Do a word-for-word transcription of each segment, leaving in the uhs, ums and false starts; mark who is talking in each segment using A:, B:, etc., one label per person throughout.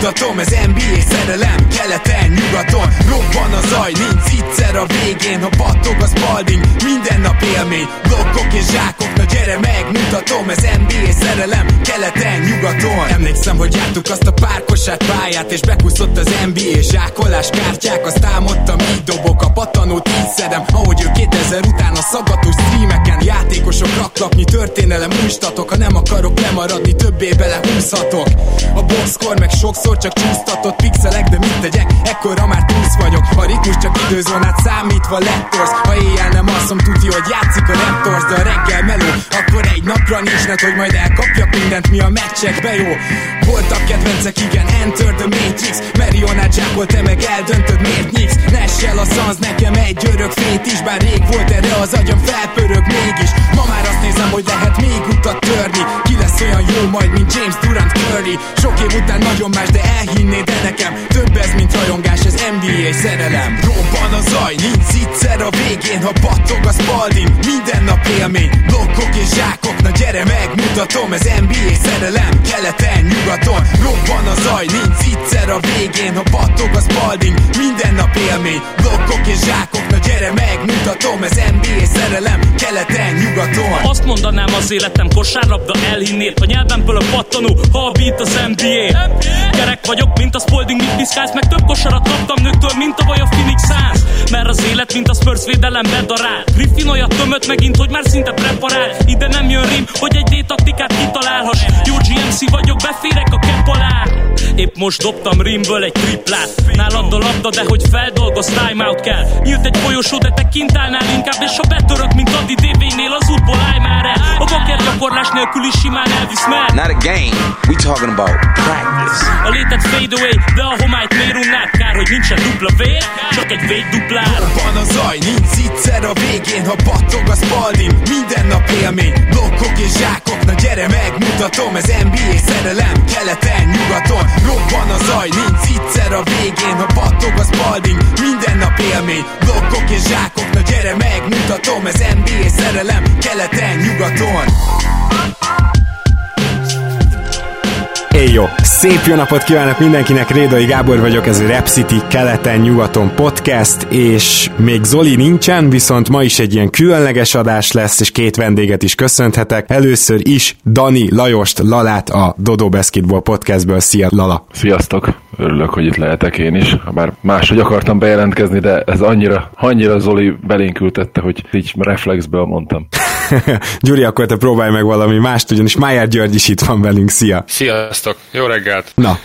A: megmutatom, ez en bé á szerelem, keleten, nyugaton. Robban a zaj, nincs egyszer a végén, ha battog a Spalding, minden nap élmény. Blokkok és zsákok, na gyere megmutatom, ez en bé á szerelem, keleten, nyugaton. Emlékszem, hogy jártuk azt a párkosát pályát, és bekúszott az en bé á zsákolás kártyák. Azt támadtam, így dobok a patanót, így szedem, ahogy ő kétezer után a szaggatós streameken. Játékosok, raklapnyi, történelem, újstatok, ha nem akarok lemaradni, többé belehúzhatok. A boxkor meg sokszor csak csúsztatott pixelek, de mit tegyek, ekkora már túsz vagyok. A ritmus csak időzónát számítva lettorsz. Ha éjjel nem alszom, tudja, hogy játszik a Raptors, de a reggel meló, akkor egy napra nincs net, hogy majd elkapjak mindent, mi a meccsekbe jó. Voltak kedvencek, igen, Enter the Matrix. Marionát zsákol, te meg eldöntöd, miért nyíksz. Nessel a szansz, nekem egy örök fét is, bár rég volt erre az agyam, felpörög mégis. Ma már azt nézem, hogy lehet még utat törni. Ki lesz olyan jó majd, mint James Durant Curry. Sok év után nagyon más, de elhinnéd de nekem több ez, mint rajongás, ez en bé á szerelem. Robban a zaj, nincs egyszer a végén, ha battog a Spalding, minden nap élmény. Blokkok és zsákok, na gyere megmutatom, ez en bé á szerelem, keleten, nyugaton. Robban a zaj, nincs egyszer a végén, ha battog a Spalding, minden nap élmény. Blokkok és zsákok, na gyere megmutatom, ez en bé á szerelem, keleten, nyugaton.
B: Azt mondanám, az életem kosárlabda, elhinnéd, a nyelvemből a pattanó, ha a beat az en bé á. Gyerek vagyok, mint a Spalding, mit piszkálsz, meg több kosarat kaptam nőktől, mint a vaj a Phoenix Suns. Mert az élet, mint a Spurs védelem bedarál. Griffin olyat tömött megint, hogy már szinte preparál. Ide nem jön rím, hogy egy D-taktikát kitalálhass. Jó gé em cé vagyok, beférek a kepp alá. Épp most dobtam rimből egy triplát. Nálad a labda, de hogy feldolgoz, timeout kell. Nyílt egy folyosó, de te kint állnál inkább, és ha betörök, mint Adi dé vé-nél, az útból állj már el. A baker gyakorlás nélkül is simán elvisz már.
C: Not a game, we talking about practice.
B: A létet fade away, de a homályt miért unnád? Kár, hogy nincsen dupla vér, csak egy véd duplár.
A: Robban a zaj, nincs egyszer a végén, ha battog a Spalding, minden nap élmény. Blokkok és zsákok, na gyere megmutatom, ez en bé á szerelem, keleten, nyugaton. Robban a zaj, nincs egyszer a végén, ha battog a Spalding, minden nap élmény. Blokkok és zsákok, na gyere megmutatom, ez en bé á szerelem, keleten, nyugaton.
D: Éj jó! Szép jó napot kívánok mindenkinek, Rédai Gábor vagyok, ez a Rap City keleten-nyugaton podcast, és még Zoli nincsen, viszont ma is egy ilyen különleges adás lesz, és két vendéget is köszönhetek. Először is Dani Lajost, Lalát a Dodo Basketball podcastből. Szia, Lala!
E: Sziasztok! Örülök, hogy itt lehetek én is. Bár máshogy akartam bejelentkezni, de ez annyira, annyira Zoli belénk ültette, hogy így reflexből mondtam.
D: Gyuri, akkor te próbálj meg valami mást, ugyanis Májár György is itt van velünk. Szia!
F: Sziasztok! Jó reggelt!
D: Na,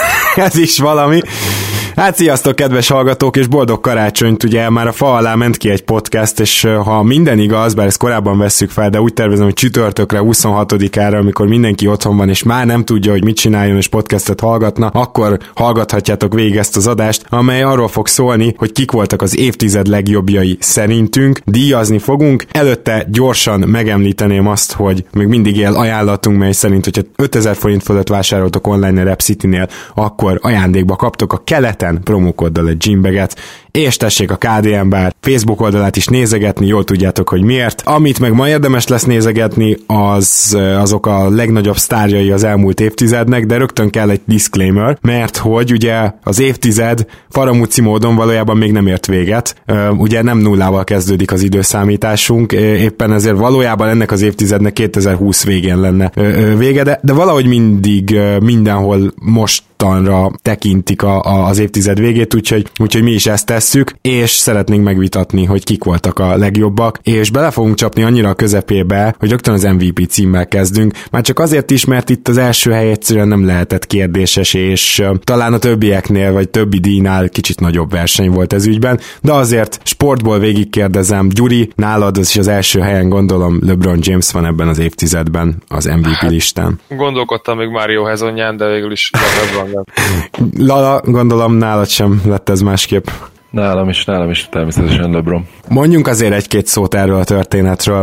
D: ez is valami. Hát sziasztok, kedves hallgatók, és boldog karácsonyt, ugye már a fa alá ment ki egy podcast, és ha minden igaz, bár ezt korábban vesszük fel, de úgy tervezem, hogy csütörtökre, huszonhatodikára, amikor mindenki otthon van, és már nem tudja, hogy mit csináljon, és podcastet hallgatna, akkor hallgathatjátok végig ezt az adást, amely arról fog szólni, hogy kik voltak az évtized legjobbjai szerintünk, díjazni fogunk. Előtte gyorsan megemlíteném azt, hogy még mindig él ajánlatunk, mely szerint, hogyha ötezer forint fölött vásároltok online a Rap City-nél, akkor ajándékba kaptok a keleten promókoddal egy gymbaget, és tessék a ká dé em Bár Facebook oldalát is nézegetni, jól tudjátok, hogy miért. Amit meg ma érdemes lesz nézegetni, az azok a legnagyobb sztárjai az elmúlt évtizednek, de rögtön kell egy disclaimer, mert hogy ugye az évtized faramúci módon valójában még nem ért véget. Ugye nem nullával kezdődik az időszámításunk, éppen ezért valójában ennek az évtizednek kétezer-húsz végén lenne vége, de, de valahogy mindig mindenhol mostanra tekintik a, a, az évtized végét, úgyhogy, úgyhogy mi is ezt tesszük, és szeretnénk megvitatni, hogy kik voltak a legjobbak, és bele fogunk csapni annyira a közepébe, hogy rögtön az em vé pé címmel kezdünk, már csak azért is, mert itt az első hely egyszerűen nem lehetett kérdéses, és uh, talán a többieknél, vagy többi díjnál kicsit nagyobb verseny volt ez ügyben, de azért sportból végigkérdezem, Gyuri, nálad az is az első helyen, gondolom LeBron James van ebben az évtizedben az em vé pé listán.
F: Gondolkodtam még Mário Hezonján, de végül is LeBron lett.
D: Lala, gondolom nálad sem lett ez másképp.
E: Nálam is, nálam is természetesen LeBron.
D: Mondjunk azért egy-két szót erről a történetről, mert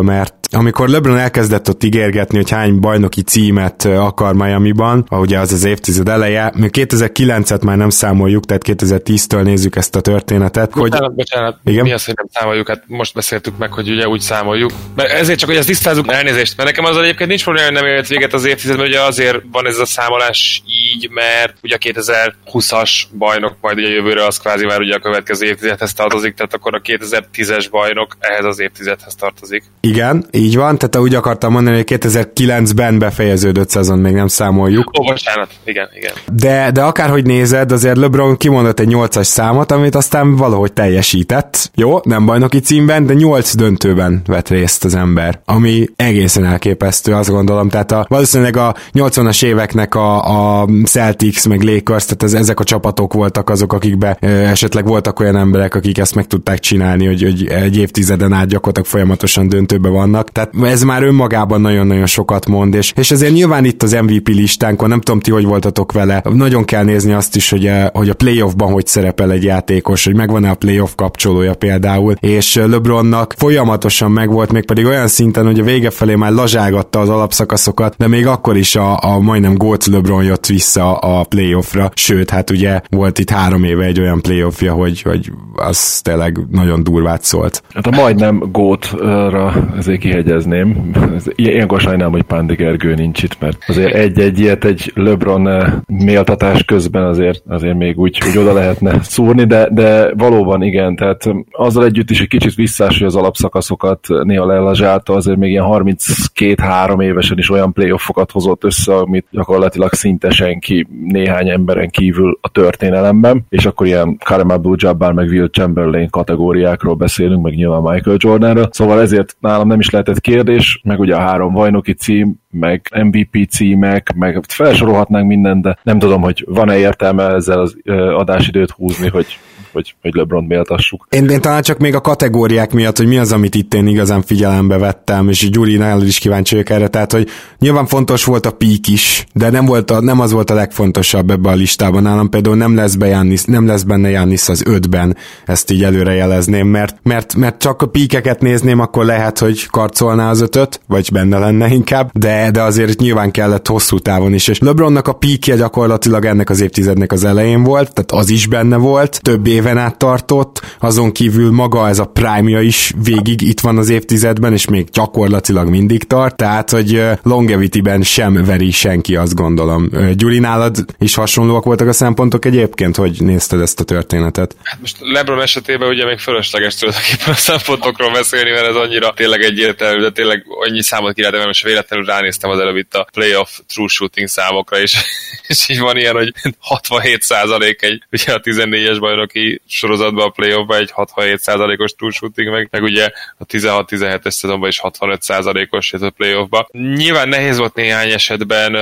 D: amikor LeBron elkezdett ott ígérgetni, hogy hány bajnoki címet akar Miamiban, ugye az az évtized eleje, még kétezer-kilencet már nem számoljuk, tehát kétezer-tíztől nézzük ezt a történetet.
F: Bocsánat,
D: hogy...
F: bocsánat,
D: igen?
F: Mi az, hogy nem számoljuk? Hát most beszéltük meg, hogy ugye úgy számoljuk. Mert ezért csak, hogy ezt tisztázzuk, elnézést, mert nekem az egyébként nincs probléma, hogy nem élt véget az évtizedben, ugye azért van ez a számolás így, mert ugye a kétezer-húszas bajnok majd ugye jövőre az kvázi már ugye a következő évtizedhez tartozik, tehát akkor a kétezer-tízes bajnok ehhez az évtizedhez tartozik.
D: Igen, így van, tehát úgy akartam mondani, hogy kétezer-kilencben befejeződött szezon, még nem számoljuk.
F: Ó, bocsánat, igen, igen.
D: De, de akárhogy nézed, azért LeBron kimondott egy nyolcas számot, amit aztán valahogy teljesített. Jó, nem bajnoki címben, de nyolc döntőben vett részt az ember, ami egészen elképesztő, azt gondolom. Tehát a, valószínűleg a nyolcvanas éveknek a, a Celtics meg Lakers, tehát ez, ezek a csapatok voltak azok, akikben e, esetleg voltak olyan emberek, akik ezt meg tudták csinálni, hogy, hogy egy évtizeden át gyakorlatilag folyamatosan döntőbe vannak. Tehát ez már önmagában nagyon-nagyon sokat mond, és, és azért nyilván itt az em vé pé listánkon, nem tudom ti, hogy voltatok vele, nagyon kell nézni azt is, hogy a, hogy a playoffban hogy szerepel egy játékos, hogy megvan-e a playoff kapcsolója például, és LeBronnak folyamatosan megvolt, még pedig olyan szinten, hogy a vége felé már lazságatta az alapszakaszokat, de még akkor is a, a majdnem GOAT LeBron jött vissza a playoffra, sőt, hát ugye volt itt három éve egy olyan playoffja, hogy, hogy az tényleg nagyon durvát szólt.
E: Hát a majdnem GOAT-ra ezért kihegyezném. Ilyenkor sajnálom, hogy Pándi Gergő nincs itt, mert azért egy-egy ilyet egy LeBron méltatás közben azért, azért még úgy, hogy oda lehetne szúrni, de, de valóban igen, tehát azzal együtt is egy kicsit visszás, hogy az alapszakaszokat néha lelazsálta, azért még ilyen harminckét-három évesen is olyan playoffokat hozott össze, amit gyakorlatilag szinte senki néhány emberen kívül a történelemben, és akkor ilyen Kareem Abdul-Jabbar meg Will Chamberlain kategóriákról beszélünk, meg nyilván Michael Jordanről, szóval ezért nálam nem is lehetett kérdés, meg ugye a három bajnoki cím, meg em vé pé címek, meg felsorolhatnánk mindent, de nem tudom, hogy van-e értelme ezzel az adásidőt húzni, hogy hogy, hogy LeBron méltassuk.
D: Én, én talán csak még a kategóriák miatt, hogy mi az, amit itt én igazán figyelembe vettem, és Gyuri, nálad is kíváncsi vagyok erre, tehát, hogy nyilván fontos volt a peak is, de nem, volt a, nem az volt a legfontosabb ebbe a listában. Nálam például nem lesz, be Giannis, nem lesz benne Giannis az ötben, ezt így előre jelezném, mert, mert, mert csak a peakeket nézném, akkor lehet, hogy karcolná az ötöt, vagy benne lenne inkább, de, de azért nyilván kellett hosszú távon is, és LeBronnak a peakje gyakorlatilag ennek az évtizednek az elején volt, tehát az is benne volt, több éven át tartott, azon kívül maga ez a prime-ja is végig itt van az évtizedben, és még gyakorlatilag mindig tart, tehát, hogy longevity-ben sem veri senki, azt gondolom. Gyuri, nálad is hasonlóak voltak a szempontok egyébként, hogy nézted ezt a történetet?
F: Hát most LeBron esetében ugye még fölösleges tulajdonképpen a szempontokról beszélni, mert ez annyira tényleg egyértelmű, de tényleg annyi számot ki lehet, most véletlenül ránéztem az előbb itt a playoff true shooting számokra, és, és így van ilyen, hogy hatvanhét százalék egy, ugye a tizennégyes bajnoki sorozatban a playoffban egy hatvanhét százalékos true shooting, meg, meg ugye a tizenhat-tizenhetes szezonban is hatvanöt százalékos ez a playoffban. Nyilván nehéz volt néhány esetben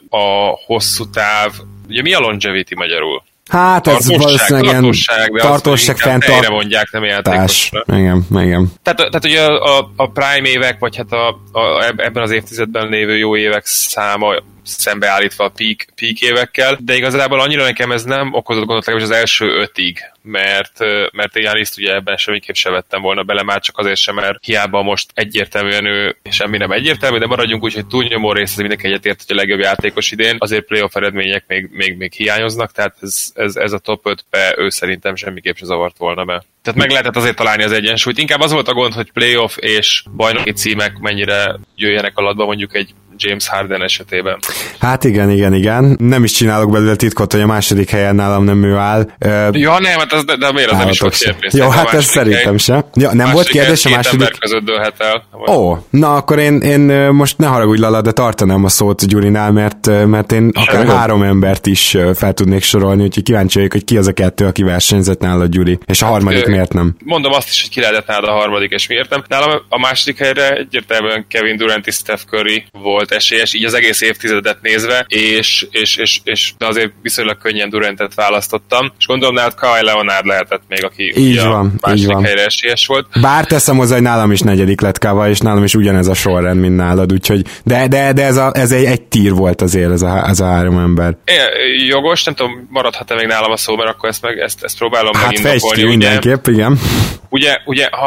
F: a hosszú táv, ugye mi a longevity magyarul?
D: Hát ez valószínűleg
F: tartóság, de
D: tartóság fenntartás.
F: mondják, nem játékosra.
D: Igen, igen.
F: Tehát, tehát ugye a, a, a prime évek, vagy hát a, a, ebben az évtizedben lévő jó évek száma szembeállítva a peak, peak évekkel, de igazából annyira nekem ez nem okozott gondot, legalábbis az első ötig, mert, mert Gianniszt ugye ebben semmiképp se vettem volna bele, már csak azért sem, mert hiába most egyértelműen ő semmi nem egyértelmű, de maradjunk úgy, hogy túlnyomó rész, ez mindenki egyetért, hogy a legjobb játékos idén, azért playoff eredmények még, még, még hiányoznak, tehát ez, ez, ez a top ötbe ő szerintem semmiképp se zavart volna be. Tehát meg lehetett azért találni az egyensúlyt. Inkább az volt a gond, hogy playoff és bajnoki címek mennyire jöjjenek alatba mondjuk egy James Harden esetében.
D: Hát igen, igen, igen. Nem is csinálok belőle titkot, hogy a második helyen nálam nem ő áll.
F: Ja, nem, hát az, de, de miért az nem is volt kérdés?
D: Jó, hát ez szerintem sem. Ja, nem volt kérdés a második...
F: Két ember között dőlhet el.
D: Ó, na akkor én, én most ne haragudj, Lala, de tartanám a szót Gyurinál, mert, mert én akár Sem három nem. embert is fel tudnék sorolni, úgyhogy kíváncsi vagyok, hogy ki az a kettő, aki versenyzett nálad, Gyuri. És a harmadik hát, miért nem?
F: Mondom azt is, hogy ki lehetett nálad a harmadik, és miért nem. Nálam a második helyre egyértelműen Kevin Durant és Steph Curry volt esélyes, így az egész évtizedet nézve, és, és, és, és de azért viszonylag könnyen Durantet választottam, és gondolom nálad Kawhi Leonard lehetett még, aki
D: így van,
F: a második
D: így van.
F: helyre esélyes volt.
D: Bár teszem hozzá, hogy nálam is negyedik lett Kawhi, és nálam is ugyanez a sorrend, mint nálad, úgyhogy, de, de, de ez, a, ez egy, egy tír volt azért ez a, ez a három ember.
F: É, jogos, nem tudom, maradhat-e még nálam a szó, mert akkor ezt, meg, ezt, ezt próbálom
D: hát
F: megindokolni.
D: Hát mindenképp, igen.
F: Ugye, ugye ha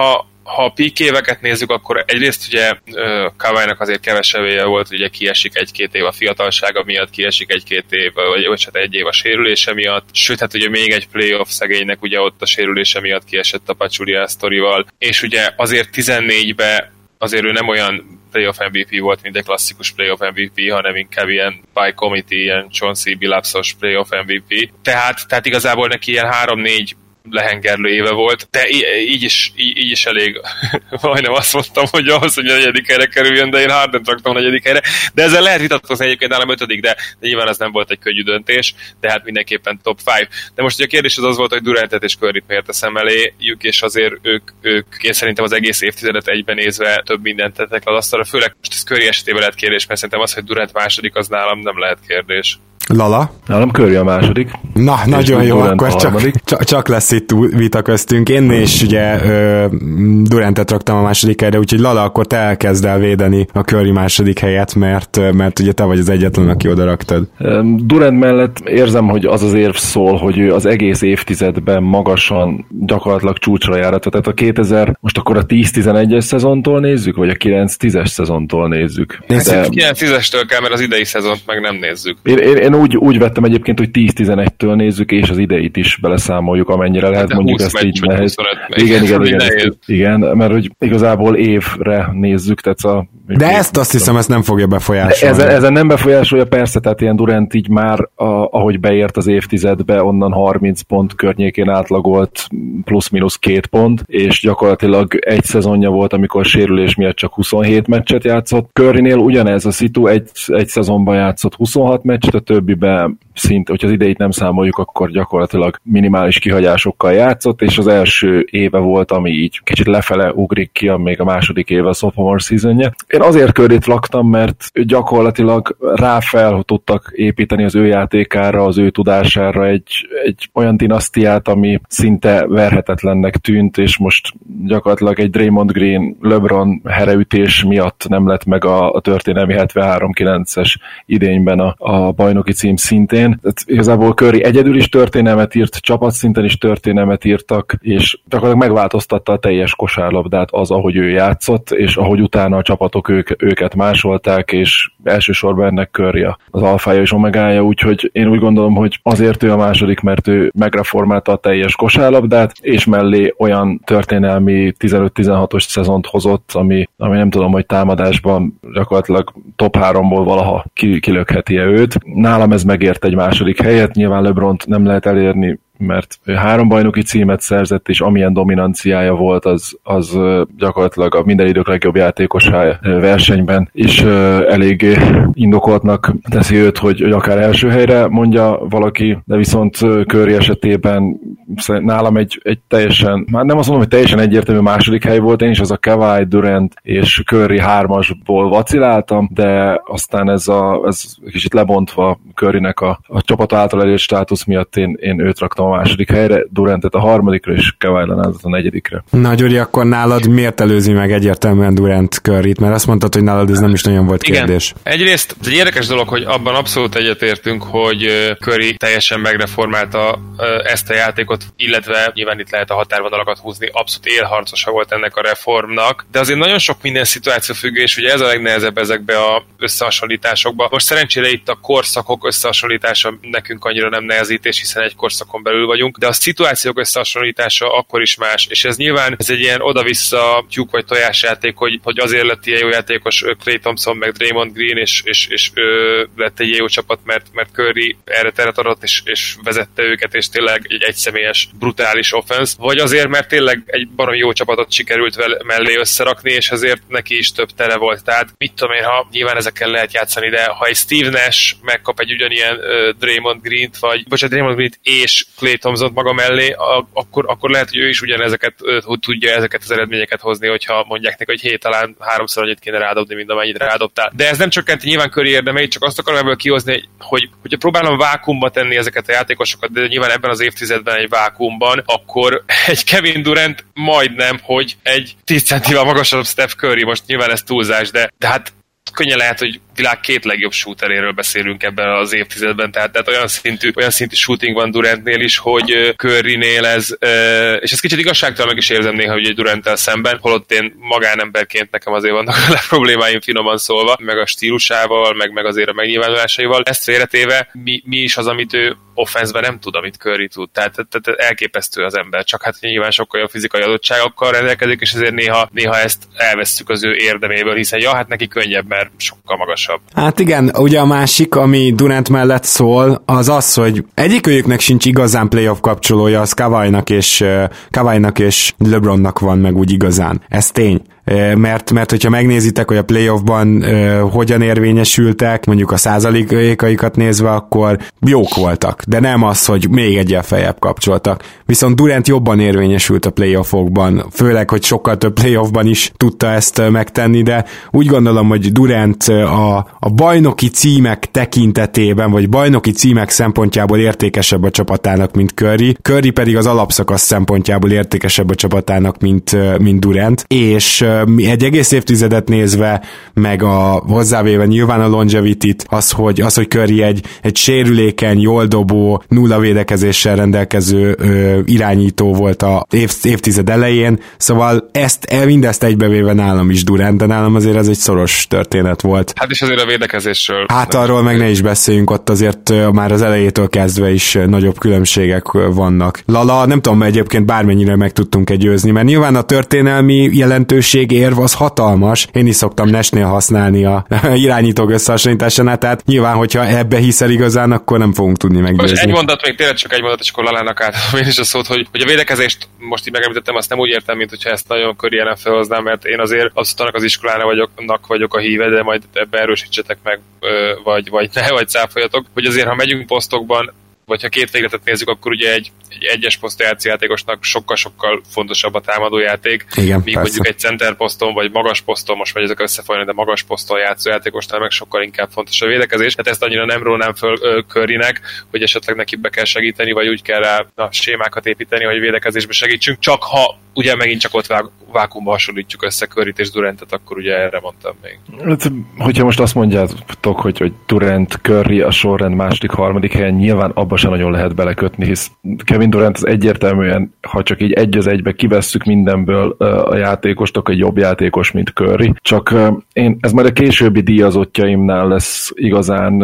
F: ha a peak éveket nézzük, akkor egyrészt ugye Kawhi-nak azért kevesebb éve volt, ugye kiesik egy-két év a fiatalsága miatt, kiesik egy-két év, vagy, vagy hát egy év a sérülése miatt, sőt, hát ugye még egy playoff szegénynek ugye ott a sérülése miatt kiesett a Pachulia sztorival, és ugye azért tizennégybe azért ő nem olyan playoff em vé pé volt, mint egy klasszikus playoff em vé pé, hanem inkább ilyen by committee, ilyen Chauncey Billups-os playoff em vé pé. Tehát, tehát igazából neki ilyen három-négy lehengerlő éve volt, de így is, így, így is elég, majdnem azt mondtam, hogy ahhoz, hogy a negyedik helyre kerüljön, de én Harden raktam a negyedik helyre, de ezzel lehet vitatkozni egyébként nálam ötödik, de, de nyilván ez nem volt egy könnyű döntés, de hát mindenképpen top öt. De most ugye a kérdés az az volt, hogy Durantet és Curryt miért teszem eléjük, és azért ők, ők én szerintem az egész évtizedet egyben nézve több mindent tettek le az asztalra, főleg most ez Curry esetében lehet kérdés, mert szerintem az, hogy Durant második, az nálam nem lehet kérdés.
D: Lala?
E: Nálam Curry a második.
D: Na, nagyon jó, akkor csak, csak, csak lesz itt vita köztünk. Én és ugye ö, Durantet raktam a második helyre, úgyhogy Lala, akkor te elkezd el védeni a Curry második helyet, mert, mert ugye te vagy az egyetlen, aki oda raktad.
E: Durant mellett érzem, hogy az az érv szól, hogy ő az egész évtizedben magasan gyakorlatilag csúcsra járat. Tehát a kétezer, most akkor a tíz-tizenegyes szezontól nézzük, vagy a kilenc-tízes szezontól nézzük?
F: De... kilenc-tízestől kell, mert az idei szezont meg nem nézzük.
E: Én, én, én úgy, úgy vettem egyébként, hogy tíz-tizenegytől nézzük, és az ideit is beleszámoljuk, amennyire lehet, de mondjuk ezt így nehéz. Igen, igen, igen, igen, igen, mert hogy igazából évre nézzük, tehát a...
D: De ezt azt hiszem, ezt nem fogja befolyásolni.
E: Ezen, ezen nem befolyásolja, persze, tehát ilyen Durant így már, a, ahogy beért az évtizedbe, onnan harminc pont környékén átlagolt plusz-minusz két pont, és gyakorlatilag egy szezonja volt, amikor sérülés miatt csak huszonhét meccset játszott. Currynél ugyanez a szitu, egy, egy szezonban játszott huszonhat meccset, a többiben szint, hogyha az idejét nem számoljuk, akkor gyakorlatilag minimális kihagyásokkal játszott, és az első éve volt, ami így kicsit lefele ugrik ki, még a második éve a sophomore seasonje. Én azért Curryt laktam, mert gyakorlatilag rá fel tudtak építeni az ő játékára, az ő tudására egy, egy olyan dinasztiát, ami szinte verhetetlennek tűnt, és most gyakorlatilag egy Draymond Green, LeBron hereütés miatt nem lett meg a, a történelmi hetvenhárom kilences idényben a, a bajnoki cím szintén. Tehát igazából Curry egyedül is történelmet írt, csapatszinten is történelmet írtak, és gyakorlatilag megváltoztatta a teljes kosárlabdát az, ahogy ő játszott, és ahogy utána a csapatok ők, őket másolták, és elsősorban ennek Curry az alfája és omegája, úgyhogy én úgy gondolom, hogy azért ő a második, mert ő megreformálta a teljes kosárlabdát, és mellé olyan történelmi tizenöt-tizenhatos szezont hozott, ami, ami nem tudom, hogy támadásban gyakorlatilag top háromból valaha kilökheti-e őt. Nálam ez megért egy második helyet, nyilván LeBront nem lehet elérni, mert ő három bajnoki címet szerzett, és amilyen dominanciája volt, az, az gyakorlatilag a minden idők legjobb játékosája versenyben, és elég indokoltnak teszi őt, hogy, hogy akár első helyre mondja valaki, de viszont Curry esetében nálam egy, egy teljesen, már nem azt mondom, hogy teljesen egyértelmű második hely volt, én is az a Kawhi, Durant és Curry hármasból vaciláltam, de aztán ez, a, ez kicsit lebontva Currynek a, a csapat által elért státusz miatt én, én őt raktam a második helyre, Durantet a harmadikra, és Kawhi Leonardot a negyedikre.
D: Na Gyuri, akkor nálad miért előzi meg egyértelműen Durant Curryt? Mert azt mondtad, hogy nálad ez nem is nagyon volt kérdés.
F: Igen. Egyrészt ez egy érdekes dolog, hogy abban abszolút egyetértünk, hogy Curry teljesen megreformálta ezt a játékot, illetve nyilván itt lehet a határvonalakat húzni, abszolút élharcosa volt ennek a reformnak, de azért nagyon sok minden szituáció függő, és ugye ez a legnehezebb ezekbe a összehasonlításokba. Most szerencsére itt a korszakok összehasonlítása nekünk annyira nem nehezítés, hiszen egy korszakon belül vagyunk, de a szituációk összehasonlítása akkor is más, és ez nyilván ez egy ilyen oda-vissza tyúk vagy tojás játék, hogy, hogy azért lett ilyen jó játékos Klay Thompson meg Draymond Green, és, és, és ő lett egy jó csapat, mert, mert Curry erre teret adott, és, és vezette őket, és tényleg egy egyszemélyes, brutális offense, vagy azért, mert tényleg egy baromi jó csapatot sikerült vele, mellé összerakni, és ezért neki is több tere volt. Tehát mit tudom én, ha nyilván ezekkel lehet játszani, de ha egy Steve Nash megkap egy ugyanilyen uh, Draymond Green-t, vagy bocsánat, Draymond Green-t és Klay Thompson maga mellé, akkor, akkor lehet, hogy ő is ugyanezeket, hogy tudja ezeket az eredményeket hozni, hogyha mondják neki, hogy hé, talán háromszor annyit kéne rádobni, mint amennyit rádobtál. De ez nem csökkenti nyilván Curry érdemeit, csak azt akarom ebből kihozni, hogy hogyha próbálom vákuumba tenni ezeket a játékosokat, de nyilván ebben az évtizedben egy vákuumban, akkor egy Kevin Durant majdnem, hogy egy tíz centivel magasabb Steph Curry, most nyilván ez túlzás, de, de hát könnyen lehet, hogy világ két legjobb shooteréről beszélünk ebben az évtizedben, tehát, tehát olyan szintű, olyan szintű shooting van Durantnél is, hogy Currynél ez, és ez kicsit igazságtalan meg is érzem néha, hogy egy Duranttel szemben, holott én magánemberként nekem azért vannak a problémáim finoman szólva, meg a stílusával, meg, meg azért a megnyilvánulásaival. Ezt félretéve, mi, mi is az, amit ő offenszben nem tud, amit Curry tud. Tehát, tehát elképesztő az ember, csak hát nyilván sokkal jobb fizikai adottságokkal rendelkezik, és ezért néha, néha ezt elvesszük az ő érdeméből, hiszen ja, hát neki könnyebb, mert sokkal magasabb.
D: Hát igen, ugye a másik, ami Durant mellett szól, az az, hogy egyikőjüknek sincs igazán playoff kapcsolója, az Kawhi-nak és, Kawhi-nak és LeBronnak van meg úgy igazán. Ez tény. Mert, mert hogyha megnézitek, hogy a playoffban uh, hogyan érvényesültek, mondjuk a százalékaikat nézve, akkor jók voltak, de nem az, hogy még egyel feljebb kapcsoltak. Viszont Durant jobban érvényesült a playoffokban, főleg, hogy sokkal több playoffban is tudta ezt uh, megtenni, de úgy gondolom, hogy Durant uh, a, a bajnoki címek tekintetében, vagy bajnoki címek szempontjából értékesebb a csapatának, mint Curry, Curry pedig az alapszakasz szempontjából értékesebb a csapatának, mint, uh, mint Durant, és uh, egy egész évtizedet nézve, meg a hozzávéve nyilván a longevity-t, az, hogy, az, hogy Curry egy, egy sérülékeny, jól dobó, nulla védekezéssel rendelkező ö, irányító volt a év, évtized elején, szóval ezt, mindezt egybevéve nálam is Durant, de nálam azért ez egy szoros történet volt.
F: Hát és azért a védekezésről.
D: Hát arról meg ne is beszéljünk, ott azért már az elejétől kezdve is nagyobb különbségek vannak. Lala, nem tudom, egyébként bármennyire meg tudtunk győzni, mert nyilván a történelmi jelentőség érv az hatalmas. Én is szoktam Nashnél használni a irányítók összehasonlításánál, tehát nyilván, hogyha ebbe hiszel igazán, akkor nem fogunk tudni meggyőzni.
F: Most egy mondat, még tényleg csak egy mondat, és akkor Lalának átadom én is a szót, hogy, hogy a védekezést most így megemlítettem, azt nem úgy értem, mint hogyha ezt nagyon Curry ellen felhoznám, mert én azért abszolút annak az iskolának vagyok, vagyok a híve, de majd ebbe erősítsetek meg, vagy, vagy ne, vagy cáfoljatok, hogy azért, ha megyünk posztokban, vagy ha két végletet nézzük, akkor ugye egy, egy egyes poszton játszó játékosnak sokkal-sokkal fontosabb a támadójáték,
D: igen,
F: míg mondjuk egy center poszton, vagy magas poszton, most vagy ezek összefolyni, de magas poszton játszó játékosnál meg sokkal inkább fontos a védekezés. Tehát ezt annyira nem rólnám föl Currynek, hogy esetleg neki be kell segíteni, vagy úgy kell rá na, sémákat építeni, hogy védekezésbe segítsünk, csak ha ugye megint csak ott vág, vákumba hasonlítjuk össze Curryt és Durantet, akkor ugye erre mondtam még.
E: Hát, hogyha most azt mondjátok, hogy, hogy Durant, Curry a sorrend második, harmadik helyen, nyilván abba sem nagyon lehet belekötni, hisz Kevin Durant az egyértelműen, ha csak így egy az egybe kivesszük mindenből a játékost, akkor egy jobb játékos, mint Curry. Csak én, ez majd a későbbi díjazottjaimnál lesz igazán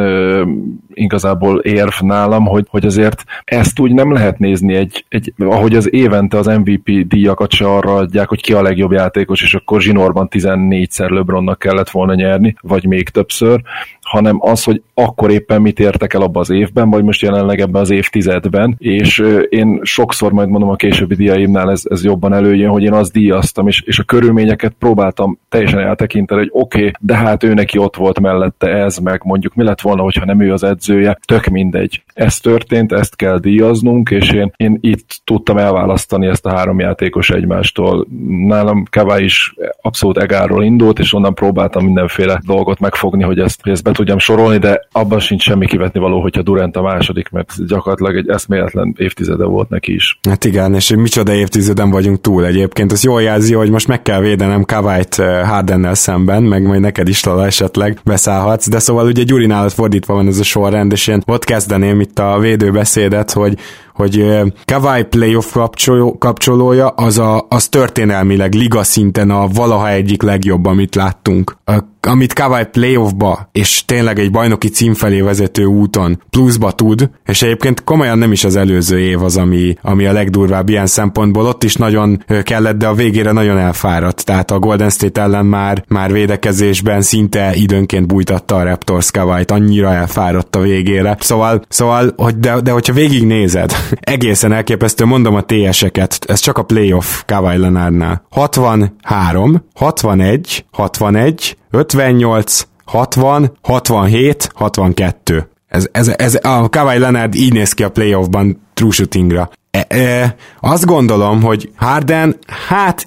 E: igazából érv nálam, hogy, hogy azért ezt úgy nem lehet nézni, egy, egy, ahogy az évente az em vé pé díjakat se arra adják, hogy ki a legjobb játékos, és akkor zsinórban tizennégyszer LeBronnak kellett volna nyerni, vagy még többször, hanem az, hogy akkor éppen mit értek el abban az évben, vagy most jelenleg ebben az évtizedben, és én sokszor majd mondom a későbbi díjaimnál ez, ez jobban előjön, hogy én azt díjaztam, és, és a körülményeket próbáltam teljesen eltekinteni, hogy oké, okay, de hát ő neki ott volt mellette ez, meg mondjuk mi lett volna, hogyha nem ő az edzője, tök mindegy. Ez történt, ezt kell díjaznunk, és én, én itt tudtam elválasztani ezt a három játékos egymástól. Nálam Kawhi is abszolút egáról indult, és onnan próbáltam mindenféle dolgot megfogni, hogy ezt, hogy ezt be tudjam sorolni, de abban sincs semmi kivetni való, hogyha Durant a második, mert gyakorlatilag egy eszméletlen évtizede volt neki is.
D: Hát igen, és micsoda évtizeden vagyunk túl egyébként. Ez jól jelzi, hogy most meg kell védenem Kawhi-t Hardennel szemben, meg majd neked is Lala esetleg beszállhatsz, de szóval ugye Gyuri nálad fordítva van ez a sorrend, és én ott kezdeném itt a védőbeszédet, hogy hogy Kawhi playoff kapcsoló, kapcsolója az, a, az történelmileg liga szinten a valaha egyik legjobb, amit láttunk. A, amit Kawhi playoffba, és tényleg egy bajnoki cím felé vezető úton pluszba tud, és egyébként komolyan nem is az előző év az, ami, ami a legdurvább ilyen szempontból, ott is nagyon kellett, de a végére nagyon elfáradt, tehát a Golden State ellen már, már védekezésben szinte időnként bújtatta a Raptors Kawhi-t, annyira elfáradt a végére. Szóval, szóval hogy de, de hogyha végignézed, egészen elképesztő, mondom a té eseket, ez csak a playoff Kawhi Leonardnál. hatvanhárom, hatvanegy, hatvanegy, ötvennyolc, hatvan, hatvanhét, hatvankettő. Ez, ez, ez, a Kawhi Leonard így néz ki a playoffban true shootingra. E, e, azt gondolom, hogy Harden, hát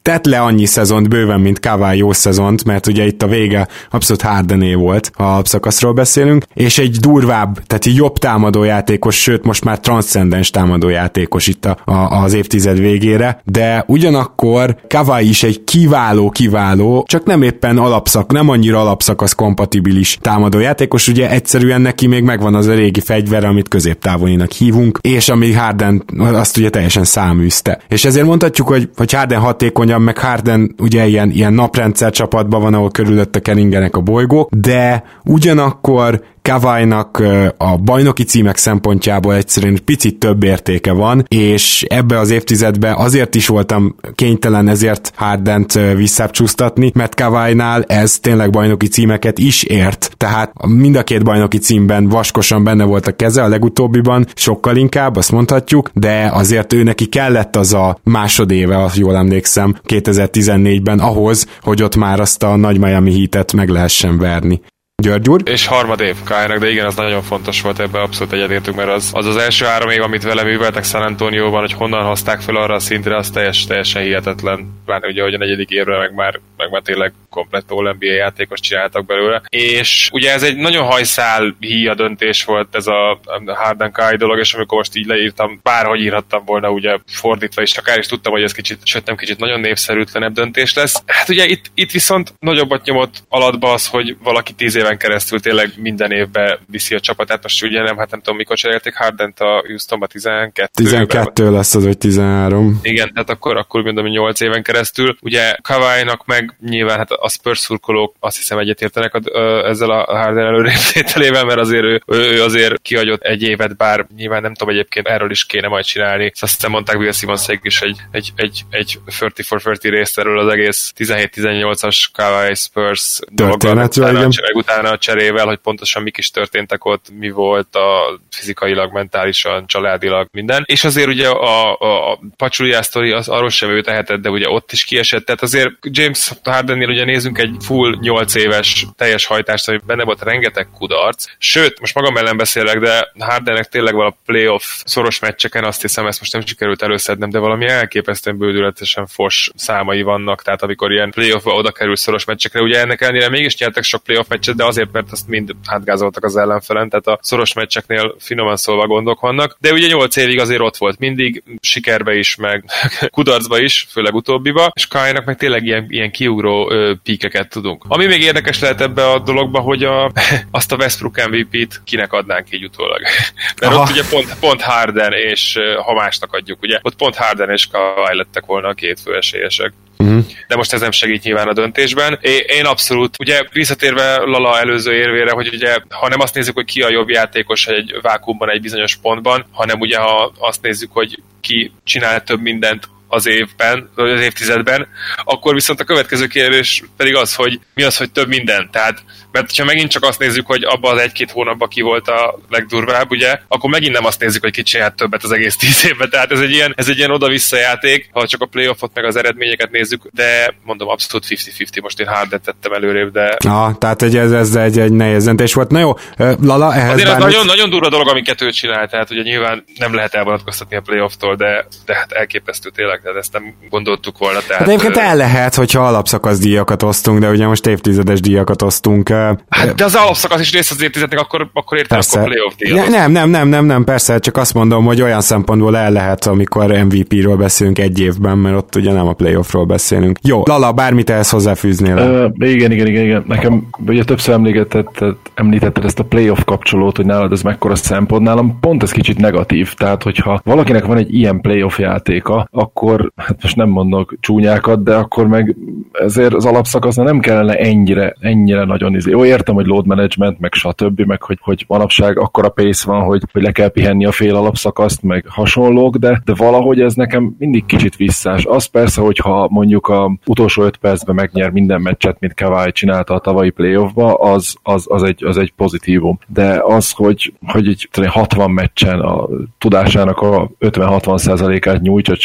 D: tett le annyi szezont bőven, mint Kawhi jó szezont, mert ugye itt a vége abszolút Hardené volt, ha alapszakaszról beszélünk, és egy durvább, tehát jobb támadójátékos, sőt most már transzcendens támadójátékos itt a, a, az évtized végére, de ugyanakkor Kawhi is egy kiváló, kiváló, csak nem éppen alapszak, nem annyira alapszakasz kompatibilis támadójátékos, ugye egyszerűen neki még megvan az a régi fegyver, amit középtávolinak hívunk, és ami Harden azt ugye teljesen száműzte. És ezért mondhatjuk, hogy, hogy Harden hatékonyabb, meg Harden ugye ilyen, ilyen naprendszer csapatban van, ahol körülötte keringenek a bolygók, de ugyanakkor Kawhi-nak a bajnoki címek szempontjából egyszerűen picit több értéke van, és ebbe az évtizedben azért is voltam kénytelen ezért Hardent visszábbcsúsztatni, mert Kawhi-nál ez tényleg bajnoki címeket is ért. Tehát mind a két bajnoki címben vaskosan benne volt a keze, a legutóbbiban sokkal inkább, azt mondhatjuk, de azért ő neki kellett az a másodéve, azt jól emlékszem, kétezer-tizennégyben ahhoz, hogy ott már azt a nagy Miami Heatet meg lehessen verni. György úr?
F: És harmad év Kawhi-nak, de igen, az nagyon fontos volt, ebben abszolút egyetértünk, mert az, az az első három év, amit vele műveltek San Antonióban, hogy honnan hozták fel arra a szintre, az teljes, teljesen hihetetlen. Pláne ugye, hogy a negyedik évre meg már, meg már tényleg komplett All-en bé á játékos csináltak belőle. És ugye ez egy nagyon hajszál híja döntés volt ez a Harden Kawhi dolog, és amikor most így leírtam, bárhogy írhattam volna ugye fordítva, és akár is tudtam, hogy ez kicsit, sőt nem kicsit nagyon népszerűtlenebb döntés lesz. Hát ugye itt, itt viszont nagyobbat nyomott alatba az, hogy valaki tíz éven keresztül tényleg minden évben viszi a csapatát. Most ugye nem, hát nem tudom, mikor cserélték Hardent a Houstonba, tizenkettő
D: tizenkettő lesz az, vagy tizenhárom.
F: Igen, tehát akkor, akkor mondom, hogy nyolc éven keresztül. Ugye Kawhi-nak meg nyilván hát a Spurs szurkolók azt hiszem egyetértenek a, a, ezzel a Harden előréptételével, mert azért ő, ő azért kihagyott egy évet, bár nyilván nem tudom, egyébként erről is kéne majd csinálni. Azt hiszem mondták Bill Simonsék is egy, egy, egy, egy harminc for harminc részt erről az egész tizenhét tizennyolcas Kawhi Spurs dologgal, utána, utána a cserével, hogy pontosan mik is történtek ott, mi volt a fizikailag, mentálisan, családilag, minden. És azért ugye a, a, a Pachulia sztori az arról sem ő tehetett, de ugye ott is kiesett. Tehát azért James Hardennél ugye nézzünk egy full nyolc éves teljes hajtást, ami benne volt rengeteg kudarc. Sőt, most magam ellen beszélek, de Hardennek tényleg van a playoff szoros meccseken, azt hiszem, ezt most nem sikerült előszednem, de valami elképesztően bődületesen fos számai vannak, tehát amikor ilyen playoffba oda kerül szoros meccsekre, ugye ennek ellenére mégis nyertek sok playoff meccset, de azért, mert azt mind hátgázoltak az ellenfelen, tehát a szoros meccseknél finoman szólva gondok vannak, de ugye nyolc évig azért ott volt mindig, sikerbe is, meg kudarcba is, főleg utóbbiba, és Kawhi-nak meg tényleg ilyen, ilyen kiugró ö, píkeket tudunk. Ami még érdekes lehet ebbe a dologba, hogy a, azt a Westbrook em vé pét kinek adnánk így utólag. Mert Aha. ott ugye pont, pont Harden, és ha másnak adjuk, ugye, ott pont Harden és Kawhi lettek volna a két főesélyesek. Uh-huh. De most ez nem segít nyilván a döntésben. Én abszolút, ugye visszatérve Lala előző érvére, hogy ugye, ha nem azt nézzük, hogy ki a jobb játékos egy vákuumban, egy bizonyos pontban, hanem ugye, ha azt nézzük, hogy ki csinál több mindent az évben, vagy az évtizedben, akkor viszont a következő kérdés pedig az, hogy mi az, hogy több minden. Tehát, mert ha megint csak azt nézzük, hogy abban az egy-két hónapban ki volt a legdurvább, ugye, akkor megint nem azt nézzük, hogy ki csinált többet az egész tíz évben. Tehát ez egy ilyen, ez egy ilyen oda-vissza játék, ha csak a playoffot meg az eredményeket nézzük, de mondom, abszolút fifty-fifty, most én Harden tettem előrébb, de...
D: Ah, tehát egy, ez, ez egy, egy nehéz döntés volt. Na jó, Lala, ehhez
F: azért ez nagyon, nagyon durva dolog, amiket ő csinál, tehát ugye nyilván nem lehet elvonatkoztatni a playofftól, de, de hát elképesztő tényleg, tehát ezt nem gondoltuk volna. Tehát,
D: hát egyébként el lehet, hogyha alapszakasz díjakat osztunk, de ugye most évtizedes díjakat osztunk.
F: Hát de az alapszakasz is rész az évtizednek, akkor, akkor értem, akkor playoff díjat.
D: Nem, nem, nem, nem, nem, persze, csak azt mondom, hogy olyan szempontból el lehet, amikor em vé pé-ről beszélünk egy évben, mert ott ugye nem a playoffról beszélünk. Jó, Lala, bármit ehhez hozzáfűznél?
E: Uh, igen, igen, igen, igen. Nekem ugye többször említetted, említetted ezt a playoff kapcsolót, hogy nálad ez mekkora szempont, nálam pont ez kicsit negatív, tehát hogyha valakinek van egy ilyen playoff játéka, akkor hát most nem mondok csúnyákat, de akkor meg ezért az alapszakasznál nem kellene ennyire, ennyire nagyon izé. Jó, értem, hogy load management, meg stb., meg hogy, hogy manapság akkora pace van, hogy, hogy le kell pihenni a fél alapszakaszt, meg hasonlók, de, de valahogy ez nekem mindig kicsit visszás. Az persze, hogyha mondjuk a utolsó öt percben megnyer minden meccset, mint Kawhi csinálta a tavalyi playoffba, az, az, az, egy, az egy pozitívum. De az, hogy, hogy egy hatvan meccsen a tudásának a ötven-hatvan százalékát nyújtsa csak, azt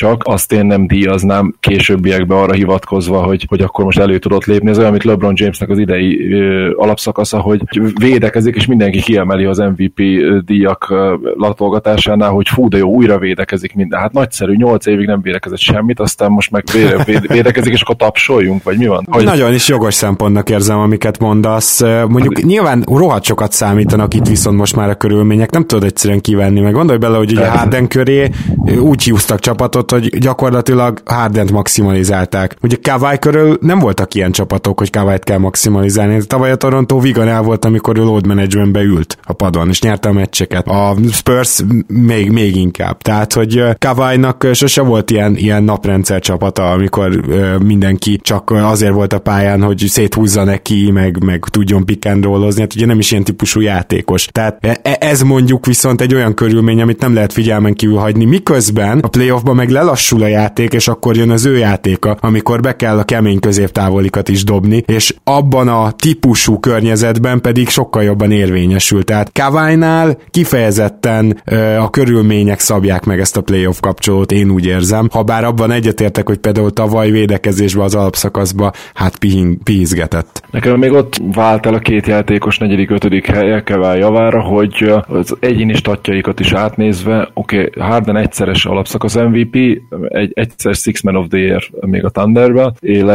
E: azt én nem díjaznám későbbiekben arra hivatkozva, hogy, hogy akkor most elő tudott lépni. Ez olyan, mint LeBron Jamesnek az idei ö, alapszakasza, hogy védekezik, és mindenki kiemeli az em vé pé díjak ö, latolgatásánál, hogy fú, de jó, újra védekezik minden. Hát nagyszerű, nyolc évig nem védekezett semmit, aztán most meg véde, véde, védekezik, és akkor tapsoljunk, vagy mi van? Hogy...
D: Nagyon is jogos szempontnak érzem, amiket mondasz. Mondjuk hát, nyilván rohadt sokat számítanak itt viszont most már a körülmények, nem tudod egyszerűen kivenni, meg gondolj bele, hogy ugye Harden köré úgy húztak csapatot, hogy gyakorlatilag Hardent maximalizálták. Ugye Kawhi körül nem voltak ilyen csapatok, hogy Kawhit kell maximalizálni. Tavaly a Toronto Vigan el volt, amikor ő load managementbe ült a padon, és nyerte a meccseket. A Spurs még, még inkább. Tehát, hogy Kawhinak sose volt ilyen, ilyen naprendszer csapata, amikor mindenki csak azért volt a pályán, hogy széthúzza neki, meg, meg tudjon pick and rollozni. Hát ugye nem is ilyen típusú játékos. Tehát ez mondjuk viszont egy olyan körülmény, amit nem lehet figyelmen kívül hagyni, miközben a playoffban meg lelassul a játék, és akkor jön az ő játéka, amikor be kell a kemény középtávolikat is dobni, és abban a típusú környezetben pedig sokkal jobban érvényesül. Tehát Kawhinál kifejezetten a körülmények szabják meg ezt a playoff kapcsolót, én úgy érzem. Habár abban egyetértek, hogy például tavaly védekezésben az alapszakaszban hát pihizgetett.
E: Nekem még ott vált el a két játékos negyedik, ötödik helye Kawhi javára, hogy az egyéni statjaikat is átnézve, oké, okay, Harden egyszeres alapszakasz em vé pé, egy egyszer Six Man of the Year még a Thunderben,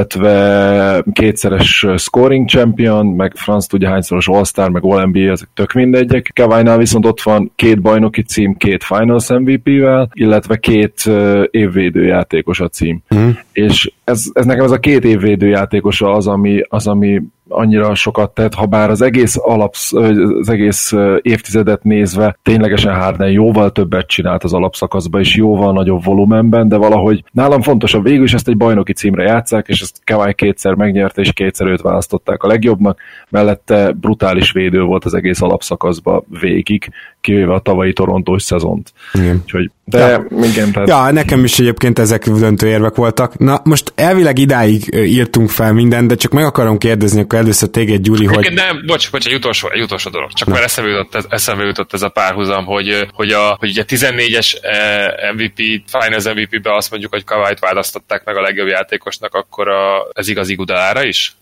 E: illetve kétszeres scoring champion, meg Franz tudja hányszoros All-Star, meg All-en bé á, ezek tök mindegyek. Kawhinál viszont ott van két bajnoki cím, két Finals em vé pé-vel, illetve két uh, évvédő játékos a cím. Mm. És ez, ez nekem ez a két évvédő játékosa az, ami, az, ami annyira sokat tett, ha bár az egész alapsz, az egész évtizedet nézve ténylegesen Harden jóval többet csinált az alapszakaszban, és jóval nagyobb volumenben, de valahogy nálam fontosabb, végül is ezt egy bajnoki címre játsszák, és ezt Kawhi kétszer megnyerte, és kétszer őt választották a legjobbnak, mellette brutális védő volt az egész alapszakaszban végig, kivéve a tavalyi torontós szezont. Igen. Úgyhogy, de ja. igen, tehát...
D: Ja, nekem is egyébként ezek döntő érvek voltak. Na, most elvileg idáig írtunk fel mindent, de csak meg akarom kérdezni, akkor először téged, Gyuri, hogy...
F: Nem, bocs, bocs, egy utolsó, egy utolsó dolog. Csak Na. mert eszembe jutott, ez, eszembe jutott ez a párhuzam, hogy, hogy, a, hogy ugye tizennégyes em vé pé, Finals em vé pé-be azt mondjuk, hogy Kawhit választották meg a legjobb játékosnak, akkor a, ez igaz Iguodalára is?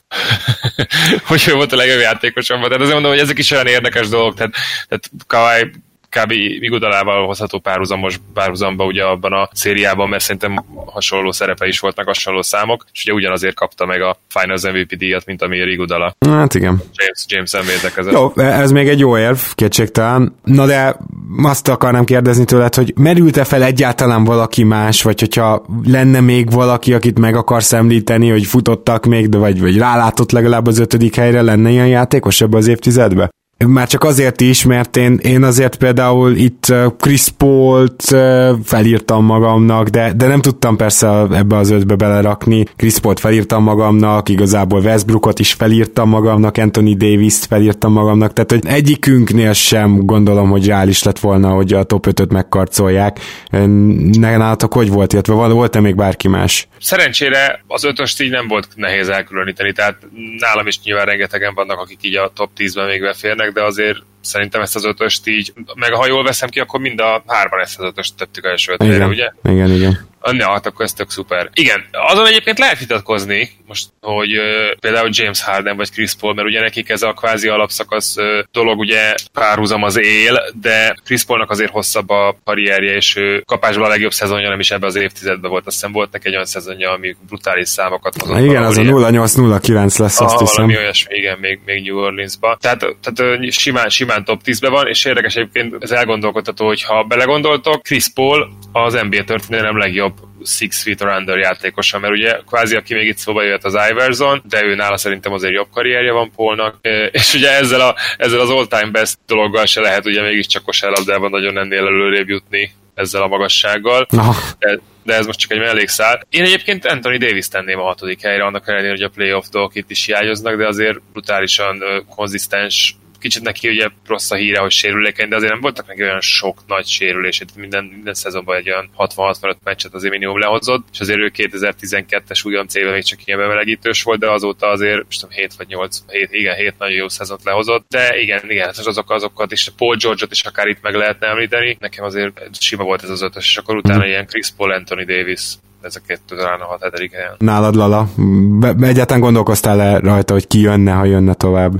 F: Hogy ő volt a legjobb játékosom, tehát azért mondom, hogy ezek is olyan érdekes dolgok, tehát, tehát Kawhi kb. Iguodalával hozható párhuzamos párhuzamba ugye abban a szériában, mert szerintem hasonló szerepe is volt, meg hasonló számok, és ugye ugyanazért kapta meg a Finals em vé pé díjat, mint amilyen Iguodala.
D: Hát igen.
F: James, James-en védekezett.
D: Jó, ez még egy jó érv, kétségtelen. Na de azt akarnám kérdezni tőled, hogy merült-e fel egyáltalán valaki más, vagy hogyha lenne még valaki, akit meg akarsz említeni, hogy futottak még, de vagy, vagy rálátott legalább az ötödik helyre, lenne ilyen játékos ebbe az évtizedbe? Már csak azért is, mert én, én azért például itt Chris Paul-t felírtam magamnak, de, de nem tudtam persze ebbe az ötbe belerakni. Chris Paul-t felírtam magamnak, igazából Westbrookot is felírtam magamnak, Anthony Davis-t felírtam magamnak, tehát hogy egyikünknél sem gondolom, hogy reális lett volna, hogy a top ötöt megkarcolják. Nálatok hogy volt, illetve volt-e még bárki más?
F: Szerencsére az ötöst így nem volt nehéz elkülöníteni, tehát nálam is nyilván rengetegen vannak, akik így a top tízben még beférnek, de azért szerintem ezt az ötöst így, meg ha jól veszem ki, akkor mind a hárman ezt az ötöst tettük első ötvenre, ugye?
D: Igen, igen.
F: Ja, hát akkor ez tök szuper. Igen, azon egyébként lehet vitatkozni, most, hogy uh, például James Harden vagy Chris Paul, mert ugye nekik ez a kvázi alapszakasz uh, dolog, ugye párhuzam az él, de Chris Paulnak azért hosszabb a karrierje, és ő kapásból a legjobb szezonja nem is ebben az évtizedben volt. Azt hiszem volt neki egy olyan szezonja, ami brutális számokat hozott.
D: Igen, az a nulla nyolc nulla kilenc lesz, azt hiszem.
F: Valami olyasmi, igen, még, még New Orleansba. Tehát, tehát simán, simán top tízben van, és érdekes egyébként ez elgondolkodható, hogy ha belegondoltok, Chris Paul az en bé á történelem legjobb six feet or under játékosa, mert ugye kvázi aki még itt szóba jöhet az Iverson, de ő nála szerintem azért jobb karrierje van Paulnak, és ugye ezzel, a, ezzel az all-time best dologgal se lehet ugye mégiscsak kosárlabdában nagyon ennél előrébb jutni ezzel a magassággal, de, de ez most csak egy mellékszál. Én egyébként Anthony Davis tenném a hatodik helyre, annak ellenére, hogy a playoff dolgok itt is hiányoznak, de azért brutálisan konzisztens. Kicsit neki ugye rossz a híre, hogy sérülékeny, de azért nem voltak neki olyan sok nagy sérülés, minden, minden szezonban egy olyan hatvan-hatvanöt meccset azért minimum lehozott, és azért ő kétezer-tizenkettes újonc éve még csak ilyen bemelegítős volt, de azóta azért, most tudom, hét vagy nyolc, hét, igen, hét nagyon jó szezont lehozott, de igen, igen, azok, azokat is, Paul George-ot is akár itt meg lehetne említeni, nekem azért sima volt ez az ötös, és akkor utána ilyen Chris Paul, Anthony Davis. ez a kettő talán a hat-hetedik helyen.
D: Nálad, Lala? Be- egyáltalán gondolkoztál-e rajta, hogy ki jönne, ha jönne tovább?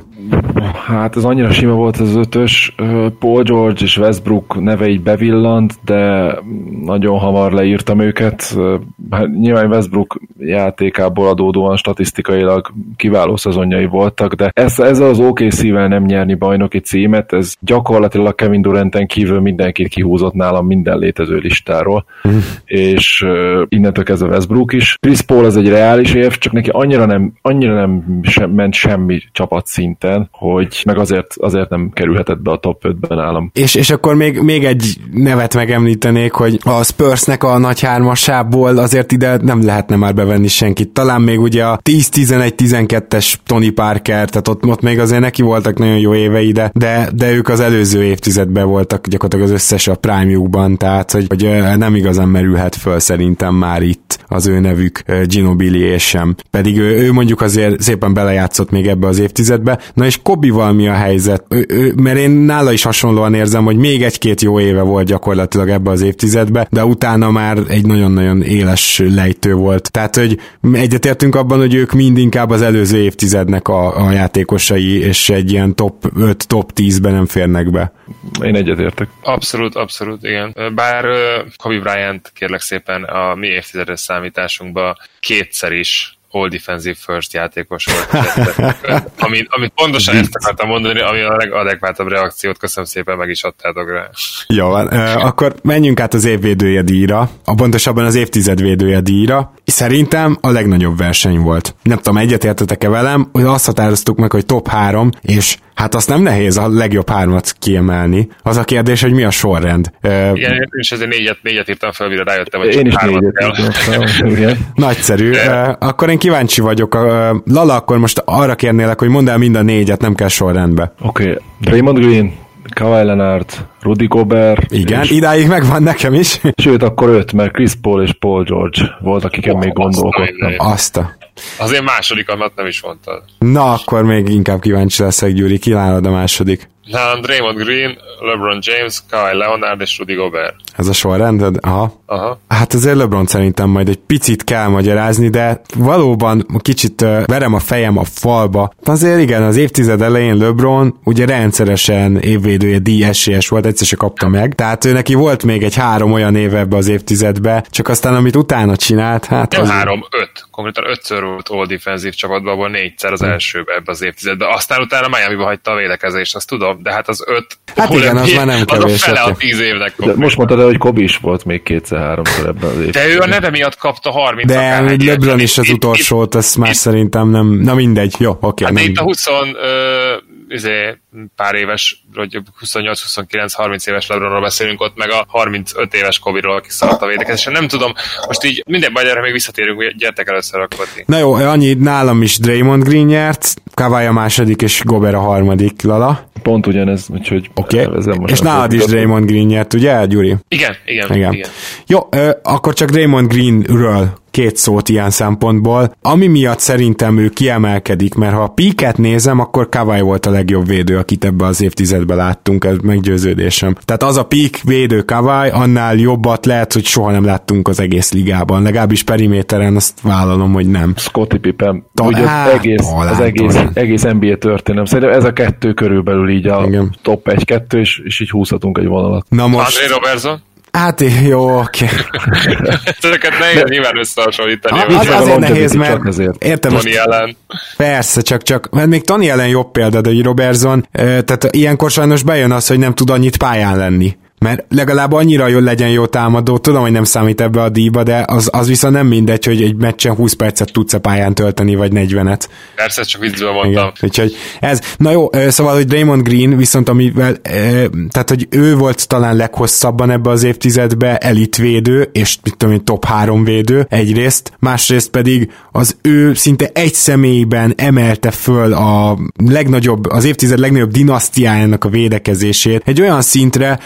E: Hát ez annyira sima volt az ötös, Paul George és Westbrook neve így bevillant, de nagyon hamar leírtam őket. Hát nyilván Westbrook játékából adódóan statisztikailag kiváló szezonjai voltak, de ezzel az o ká cé-vel nem nyerni bajnoki címet, ez gyakorlatilag Kevin Duranten kívül mindenkit kihúzott nálam minden létező listáról, mm. és innentől kezdve Westbrook is. Chris Paul az egy reális év, csak neki annyira nem, annyira nem sem, ment semmi csapat szinten, hogy meg azért, azért nem kerülhetett be a top ötben nálam.
D: És, és akkor még, még egy nevet megemlítenék, hogy a Spursnek a nagy hármasából azért ide nem lehetne már bevenni senkit. Talán még ugye a tíz tizenegy tizenkettes Tony Parker, tehát ott, ott még azért neki voltak nagyon jó évei, de, de, de ők az előző évtizedben voltak gyakorlatilag az összes a prime-jukban, tehát hogy, hogy nem igazán merülhet föl szerintem már itt az ő nevük, Ginobili sem. Pedig ő, ő mondjuk azért szépen belejátszott még ebbe az évtizedbe. Na és Kobival mi a helyzet? Ő, ő, mert én nála is hasonlóan érzem, hogy még egy-két jó éve volt gyakorlatilag ebbe az évtizedbe, de utána már egy nagyon-nagyon éles lejtő volt. Tehát, hogy egyetértünk abban, hogy ők mind inkább az előző évtizednek a, a játékosai, és egy ilyen top öt, top tízben nem férnek be.
E: Én egyetértek.
F: Abszolút, abszolút, igen. Bár uh, Kobe Bryant kérlek szépen a mi évtizedes számításunkban kétszer is all defensive first játékos volt. amit, amit pontosan ezt akartam mondani, ami a legadekvátabb reakciót, köszönöm szépen, meg is adtátok rá.
D: Jó van, uh, akkor menjünk át az évvédője díjra, a pontosabban az évtized védője díjra. Szerintem a legnagyobb verseny volt. Nem tudom, egyetértetek-e velem, hogy azt határoztuk meg, hogy top három, és hát azt nem nehéz a legjobb hármat kiemelni. Az a kérdés, hogy mi a sorrend. Uh,
F: igen, én is ezért négyet, négyet írtam fel, mire rájöttem, hogy
E: én is
F: hármat kell.
D: Nagyszerű. Uh, akkor én kíváncsi vagyok. Uh, Lala, akkor most arra kérnélek, hogy mondd el mind a négyet, nem kell sorrendbe.
E: Oké. Okay. Draymond Green, Kawhi Leonard, Rudy Gobert.
D: Igen, és... idáig megvan nekem is.
E: Sőt, akkor öt, mert Chris Paul és Paul George volt, akiken oh, még gondolkodtam.
D: Azt a...
F: Az én másodikamat nem is mondtad.
D: Na, akkor még inkább kíváncsi leszek, Gyuri. Kilálod a második?
F: Nálam Draymond Green, LeBron James, Kawhi Leonard és Rudy Gobert.
D: Ez a sorrended? Aha.
F: Aha.
D: Hát azért LeBron szerintem majd egy picit kell magyarázni, de valóban kicsit uh, verem a fejem a falba. Azért igen, az évtized elején LeBron ugye rendszeresen évvédője díj esélyes volt, egyszer se kapta meg. Tehát ő neki volt még egy három olyan éve ebbe az évtizedbe, csak aztán amit utána csinált, hát...
F: Nem az... három, öt. Konkrétan ötször volt all defensív csapatban, abban négyszer az elsőbe ebbe az évtizedben. Aztán utána Miamiba hagyta a védekezést, azt tudom, de hát az öt...
D: Hát igen, az már nem kevés.
F: Az a fele a tíz évnek.
E: De most mondtad el, hogy Kobe is volt még kétszer-háromszor ebben az évben.
F: De ő a neve miatt kapta harminc.
D: De LeBron is az utolsót, ezt már szerintem nem... Na mindegy, jó, oké.
F: Hát itt a húsz izé, pár éves, vagy huszonnyolc huszonkilenc harminc éves LeBronról beszélünk, ott meg a harmincöt éves Kobe-ról, aki szart a védekezésen. Nem tudom, most így minden bajra még visszatérünk, gyertek először akkor ti.
D: Na jó, annyi nálam is Draymond Green nyert, Kawhi a második, és Gobert a harmadik, Lala.
E: Pont ugyanez, úgyhogy...
D: Oké, okay. És nálad is Draymond Green nyert, ugye, Gyuri?
F: Igen, igen, igen. igen.
D: Jó, ö, akkor csak Draymond Greenről két szót ilyen szempontból, ami miatt szerintem ő kiemelkedik, mert ha a peaket nézem, akkor Kawhi volt a legjobb védő, akit ebbe az évtizedben láttunk, ez meggyőződésem. Tehát az a peak védő Kawhi, annál jobbat lehet, hogy soha nem láttunk az egész ligában, legalábbis periméteren, azt vállalom, hogy nem.
E: Scottie Pippen, ugye az egész, az egész, egész en bé á történelem. Szerintem ez a kettő körülbelül így a igen. top egy-kettő, és, és így húzhatunk egy vonalat.
F: Na most... Andre Robertson?
D: Hát jó, oké.
F: Ezeket nehéz nyilván összehasonlítani.
D: Az azért, azért nehéz, mert
E: azért.
D: értem
F: Tony Allen.
D: Persze, csak, csak, mert még Tony Allen jobb példa, de hogy Robertson, tehát ilyenkor sajnos bejön az, hogy nem tud annyit pályán lenni. Mert legalább annyira jól legyen jó támadó, tudom, hogy nem számít ebbe a díjba, de az, az viszont nem mindegy, hogy egy meccsen húsz percet tudsz a pályán tölteni, vagy negyvenet.
F: Persze, csak viccből mondtam.
D: Igen, úgyhogy ez, na jó, szóval, hogy Draymond Green viszont amivel, tehát, hogy ő volt talán leghosszabban ebbe az évtizedbe elitvédő, és mit tudom én, top három védő egyrészt, másrészt pedig az ő szinte egy személyben emelte föl a legnagyobb, az évtized legnagyobb dinasztiájának a védekezését egy olyan szintre, ahova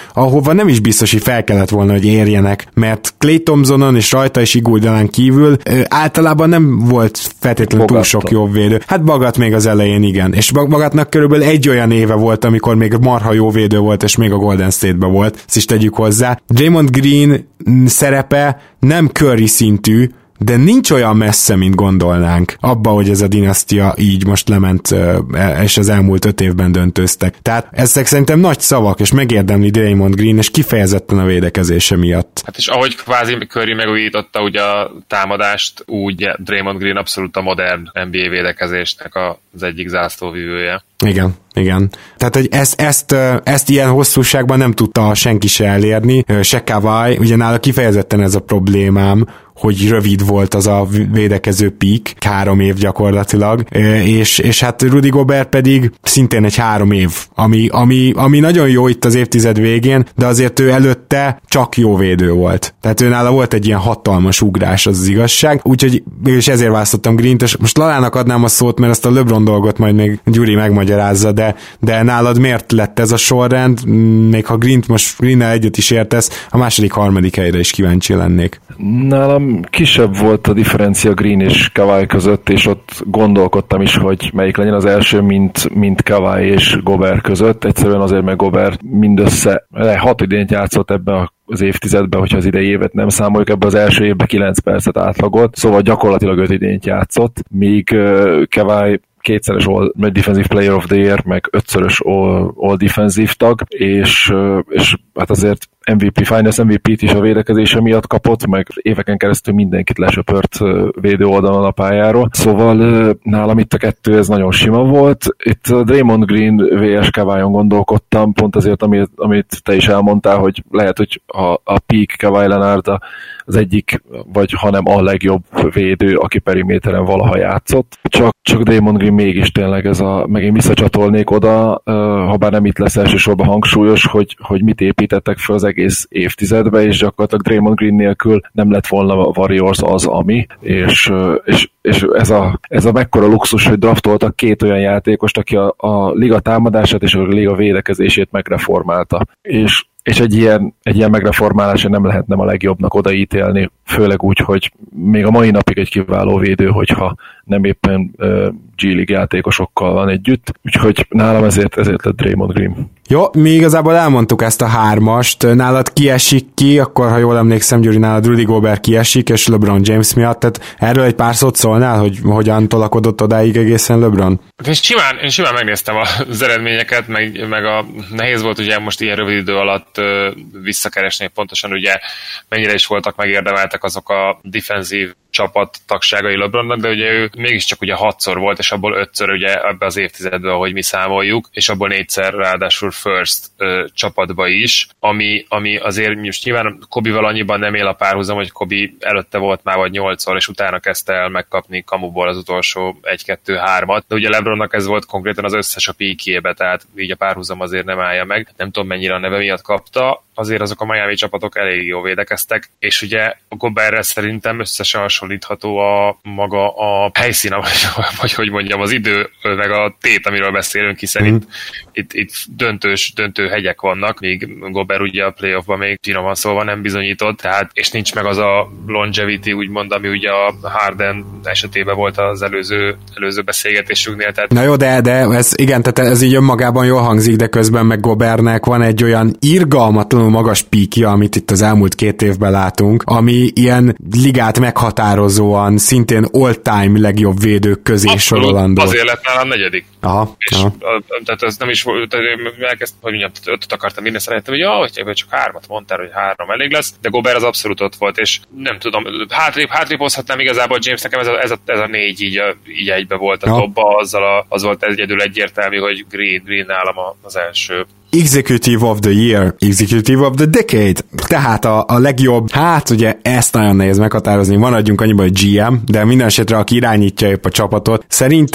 D: avval nem is biztos, hogy fel kellett volna, hogy érjenek, mert Klay Thompsonon és rajta is Iguodalán kívül ö, általában nem volt feltétlenül túl sok jobb védő. Hát Bagat még az elején igen, és Bagatnak körülbelül egy olyan éve volt, amikor még marha jó védő volt, és még a Golden State-ben volt, ezt is tegyük hozzá. Draymond Green szerepe nem Curry szintű, de nincs olyan messze, mint gondolnánk abba, hogy ez a dinasztia így most lement, és az elmúlt öt évben döntőztek. Tehát ezek szerintem nagy szavak, és megérdemli Draymond Green, és kifejezetten a védekezése miatt.
F: Hát és ahogy kvázi Curry megújította ugye a támadást, úgy Draymond Green abszolút a modern en bé á védekezésnek az egyik zászlóvivője.
D: Igen, igen. Tehát, hogy ezt, ezt, ezt ilyen hosszúságban nem tudta senki se elérni, se Kawhi, ugye nála kifejezetten ez a problémám, hogy rövid volt az a védekező peak, három év gyakorlatilag, és, és hát Rudy Gobert pedig szintén egy három év, ami, ami, ami nagyon jó itt az évtized végén, de azért ő előtte csak jó védő volt. Tehát ő nála volt egy ilyen hatalmas ugrás, az az igazság, úgyhogy és ezért választottam Greent, és most Lalának adnám a szót, mert ezt a LeBron dolgot majd még Gyuri megmagyarázza, de, de nálad miért lett ez a sorrend? Még ha Greent most Greennel egyet is értesz, a második, harmadik helyre is kíváncsi lennék.
E: Nálam kisebb volt a differencia Green és Kawhi között, és ott gondolkodtam is, hogy melyik legyen az első, mint, mint Kawhi és Gobert között. Egyszerűen azért, mert Gobert mindössze hat idényt játszott ebben az évtizedben, hogyha az idei évet nem számoljuk, ebben az első évben kilenc percet átlagolt, szóval gyakorlatilag öt idényt játszott, míg uh, Kawhi kétszeres all Defensive Player of the Year, meg ötszörös all, all Defensive tag, és, és hát azért em vé pé, Finals em vé pét is a védekezése miatt kapott, meg éveken keresztül mindenkit lesöpört védő oldalon a pályáról. Szóval nálam itt a kettő, ez nagyon sima volt. Itt a Draymond Green vé es Kawhi-on gondolkodtam, pont azért, amit, amit te is elmondtál, hogy lehet, hogy a, a peak Kawhi Leonard az egyik, vagy hanem a legjobb védő, aki periméteren valaha játszott. Csak, csak Draymond Green mégis tényleg ez a, meg én visszacsatolnék oda, ha bár nem itt lesz elsősorban hangsúlyos, hogy, hogy mit építettek fel az egész évtizedbe, és gyakorlatilag Draymond Green nélkül nem lett volna a Warriors az, ami, és, és, és ez, a, ez a mekkora luxus, hogy draftoltak két olyan játékost, aki a, a liga támadását és a liga védekezését megreformálta. És és egy ilyen, egy ilyen megreformálása nem lehet nem a legjobbnak odaítélni, főleg úgy, hogy még a mai napig egy kiváló védő, hogyha nem éppen uh, G-League játékosokkal van együtt, úgyhogy nálam ezért, ezért lett Draymond Green.
D: Jó, mi igazából elmondtuk ezt a hármast, nálad kiesik ki, akkor ha jól emlékszem, Gyuri, nálad Rudy Gobert kiesik, és LeBron James miatt, tehát erről egy pár szót szólnál, hogy hogyan tolakodott odáig egészen LeBron?
F: Én simán, én simán megnéztem az eredményeket, meg, meg a nehéz volt ugye most ilyen rövid idő alatt ö, visszakeresni pontosan ugye mennyire is voltak megérdemeltek azok a defenzív csapat tagságai LeBronnak, de ugye ő mégiscsak ugye hatszor volt, és abból ötször ugye ebbe az évtizedben, ahogy mi számoljuk, és abból négyszer ráadásul first ö, csapatba is, ami, ami azért most nyilván Kobival annyiban nem él a párhuzam, hogy Kobi előtte volt már vagy nyolcszor, és utána kezdte el megkapni kamuból az utolsó egy-kettő-hármat, de ugye LeBronnak ez volt konkrétan az összes a píkjébe, tehát így a párhuzam azért nem állja meg. Nem tudom mennyire a neve miatt kapta, azért azok a Miami csapatok elég jól védekeztek, és ugye a Gobertre szerintem összesen hasonlítható a maga a helyszín, vagy, vagy hogy mondjam, az idő, meg a tét, amiről beszélünk, hiszen mm. itt, itt, itt döntős, döntő hegyek vannak, míg Gobert ugye a playoffban még finoman szólva nem bizonyított, tehát, és nincs meg az a longevity, úgymond, ami ugye a Harden esetében volt az előző, előző beszélgetésünknél. Tehát...
D: Na jó, de, de ez, igen, tehát ez így önmagában jól hangzik, de közben meg Gobertnek van egy olyan irgalmatlanul magas píkja, amit itt az elmúlt két évben látunk, ami ilyen ligát meghatározóan szintén all-time legjobb védők közé sorolandó.
F: Azért lett nálam negyedik.
D: Aha,
F: és
D: aha.
F: A, tehát ez nem is volt, elkezdtem, hogy mondjam, ötöt akartam írni, szerettem, hogy ja, hogy csak hármat mondtál, hogy három elég lesz, de Gobert az abszolút ott volt, és nem tudom, hátrébb, hátrépozhatnám igazából James, nekem ez a, ez a, ez a négy így, a, így egybe volt a ja. topba, azzal a, az volt egyedül egyértelmű, hogy Green, Green nálam az első.
D: Executive of the Year, Executive of the Decade, tehát a, a legjobb, hát ugye ezt nagyon nehéz meghatározni, maradjunk annyiban, hogy gé em, de minden esetre aki irányítja épp a csapatot, szerintem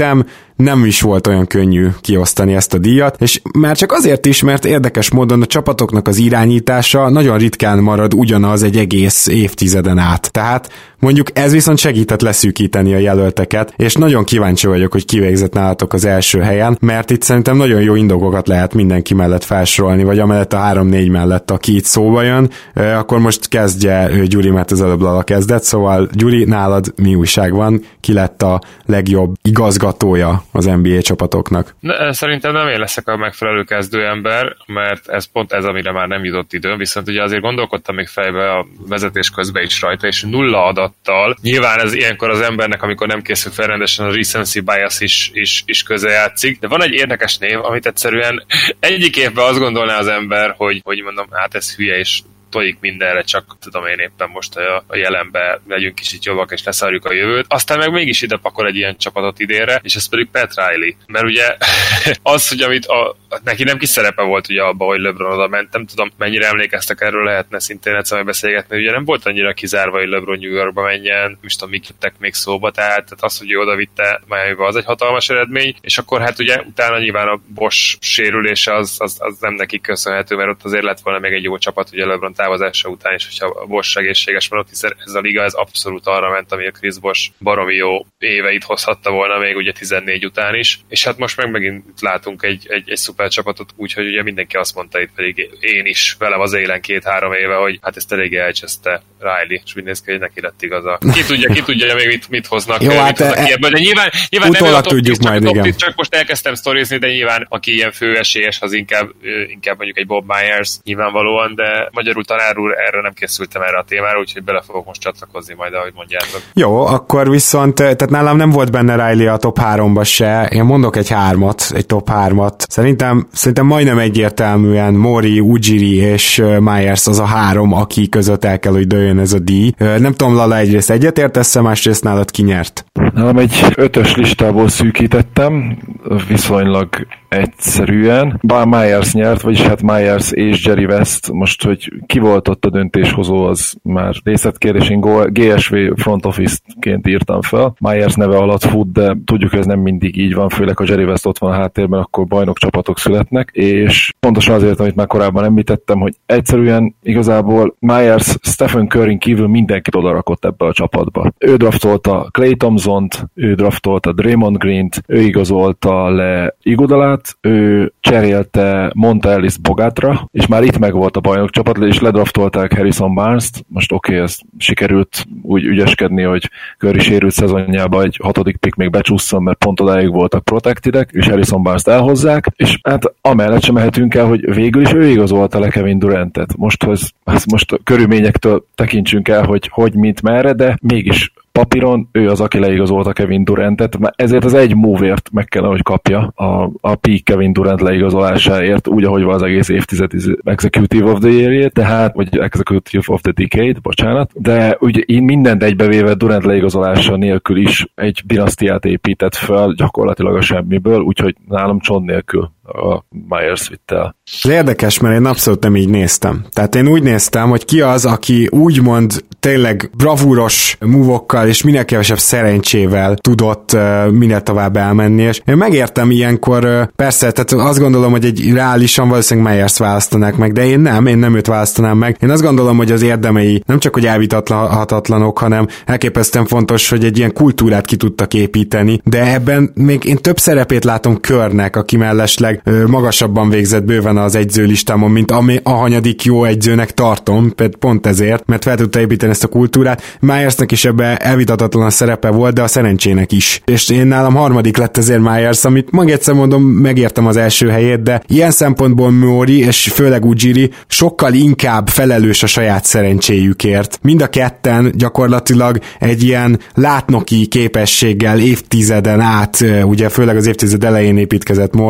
D: nem is volt olyan könnyű kiosztani ezt a díjat, és már csak azért is, mert érdekes módon a csapatoknak az irányítása nagyon ritkán marad ugyanaz egy egész évtizeden át. Tehát mondjuk ez viszont segített leszűkíteni a jelölteket, és nagyon kíváncsi vagyok, hogy kivégzett nálatok az első helyen, mert itt szerintem nagyon jó indokokat lehet mindenki mellett felsorolni, vagy amellett a három-négy mellett, aki itt szóba jön. Akkor most kezdje Gyuri, mert az előbb Lala kezdett, szóval Gyuri, nálad mi újság van? Ki lett a legjobb igazgatója az en bé á csapatoknak?
F: Ne, szerintem nem én leszek a megfelelő kezdőember, mert ez pont ez, amire már nem jutott időm, viszont ugye azért gondolkodtam még fejbe a vezetés közben is rajta, és nulla adattal. Nyilván ez ilyenkor az embernek, amikor nem készül fel rendesen, a recency bias is, is, is közeljátszik, de van egy érdekes név, amit egyszerűen egyik évben azt gondolná az ember, hogy, hogy mondom, hát ez hülye, és tojik mindenre, csak tudom én éppen most a, a jelenben legyünk kicsit jobbak, és leszarjuk a jövőt. Aztán meg mégis ide pakol egy ilyen csapatot idénre, és ez pedig Pat Riley. Mert ugye az, hogy amit a, neki nem kis szerepe volt ugye abban, hogy LeBron oda ment, nem tudom, mennyire emlékeztek, erről lehetne szintén egyszerűen beszélgetni, ugye nem volt annyira kizárva, hogy LeBron New Yorkba menjen, most mik jöttek még szóba, tehát, tehát az, hogy ő oda vitte Miamiba, az egy hatalmas eredmény, és akkor hát ugye utána nyilván a Bosch sérülése az, az, az nem nekik köszönhető, mert ott azért lett volna még egy jó csapat, ugye LeBron távozása után is, hogyha a Bosch egészséges van ott, hiszen ez a liga ez abszolút arra ment, ami a Chris Bosh baromi jó éveit hozhatta volna még ugye tizennégy után is, és hát most meg megint látunk egy, egy, egy szuper csapatot, úgyhogy ugye mindenki azt mondta itt, pedig én is velem az élen két-három éve, hogy hát ezt elég elcseszte Riley, és úgy néz ki, hogy neki lett igaza. Ki tudja, ki tudja még mit, mit hoznak,
D: jó,
F: mit
D: hát
F: hoznak e, ebből, de nyilván, nyilván nem a
D: tudjuk
F: tíz,
D: majd,
F: csak,
D: igen.
F: tíz, csak most elkezdtem sztorizni, de nyilván aki ilyen főesélyes, az inkább, inkább mondjuk egy Bob Myers nyilvánvalóan, de magyarul tanárul erre nem készültem erre a témára, úgyhogy bele fogok most csatlakozni majd, ahogy mondjátok.
D: Jó, akkor viszont, tehát nálam nem volt benne Riley a top háromba se, én mondok egy hármat, egy top hármat. Szerintem, szerintem majdnem egyértelműen Morey, Ujiri és Myers az a három, aki között el kell, hogy dőljön ez a díj. Nem tudom, Lala, egyrészt egyetértesz-e, másrészt nálad ki nyert?
E: Nálam egy ötös listából szűkítettem, viszonylag egyszerűen. Bár Myers nyert, vagyis hát Myers és Jerry West, most, hogy ki volt ott a döntéshozó, az már részletkérdés, én gé es vé front office-ként írtam fel. Myers neve alatt fut, de tudjuk, hogy ez nem mindig így van, főleg ha Jerry West ott van a háttérben, akkor bajnok csapatok születnek, és pontosan azért, amit már korábban említettem, hogy egyszerűen igazából Myers Stephen Curryn kívül mindenkit odarakott ebbe a csapatba. Ő draftolta Klay Thompsont, ő draftolta Draymond Greent, ő igazolta le Iguodalát, ő cserélte Monta Ellis Bogátra, és már itt meg volt a bajnok csapat, és ledraftolták Harrison Barnes-t. Most oké, okay, ez sikerült úgy ügyeskedni, hogy Curry sérült szezonjában egy hatodik pick még becsúszson, mert pont odáig voltak protectedek, és Harrison Barnes-t elhozzák, és hát amellett sem mehetünk el, hogy végül is ő igazolta le Kevin Durantet. Most, hogy most a körülményektől tekintsünk el, hogy hogy, mint, merre, de mégis papíron ő az, aki leigazolta Kevin Durantet, ezért az egy move-ért meg kellene, hogy kapja a, a peak Kevin Durant leigazolásáért, úgy, ahogy van az egész évtized Executive of the Year-jét, tehát, vagy Executive of the Decade, bocsánat, de ugye én mindent egybevéve Durant leigazolása nélkül is egy dinasztiát épített fel gyakorlatilag a semmiből, úgyhogy nálam csont nélkül a Myers vitt el.
D: Ez érdekes, mert én abszolút nem így néztem. Tehát én úgy néztem, hogy ki az, aki úgymond tényleg bravúros múvokkal és minél kevesebb szerencsével tudott uh, minél tovább elmenni, és én megértem ilyenkor, uh, persze, tehát azt gondolom, hogy egy reálisan valószínűleg Myers választanák meg, de én nem, én nem őt választanám meg. Én azt gondolom, hogy az érdemei nem csak, hogy elvitathatatlanok, hanem elképesztően fontos, hogy egy ilyen kultúrát ki tudtak építeni, de ebben még én több szerepét látom Körnek, aki mellesleg magasabban végzett bőven az edzőlistámon, mint ami a hanyadik jó edzőnek tartom, pont ezért, mert fel tudta építeni ezt a kultúrát. Myersnek is ebbe elvitathatatlan a szerepe volt, de a szerencsének is. És én nálam harmadik lett ezért Myers, amit mag egyszer mondom, megértem az első helyét, de ilyen szempontból Morey és főleg Ujiri sokkal inkább felelős a saját szerencséjükért. Mind a ketten gyakorlatilag egy ilyen látnoki képességgel évtizeden át, ugye főleg az évtized elején építkezett Morey, Ujiri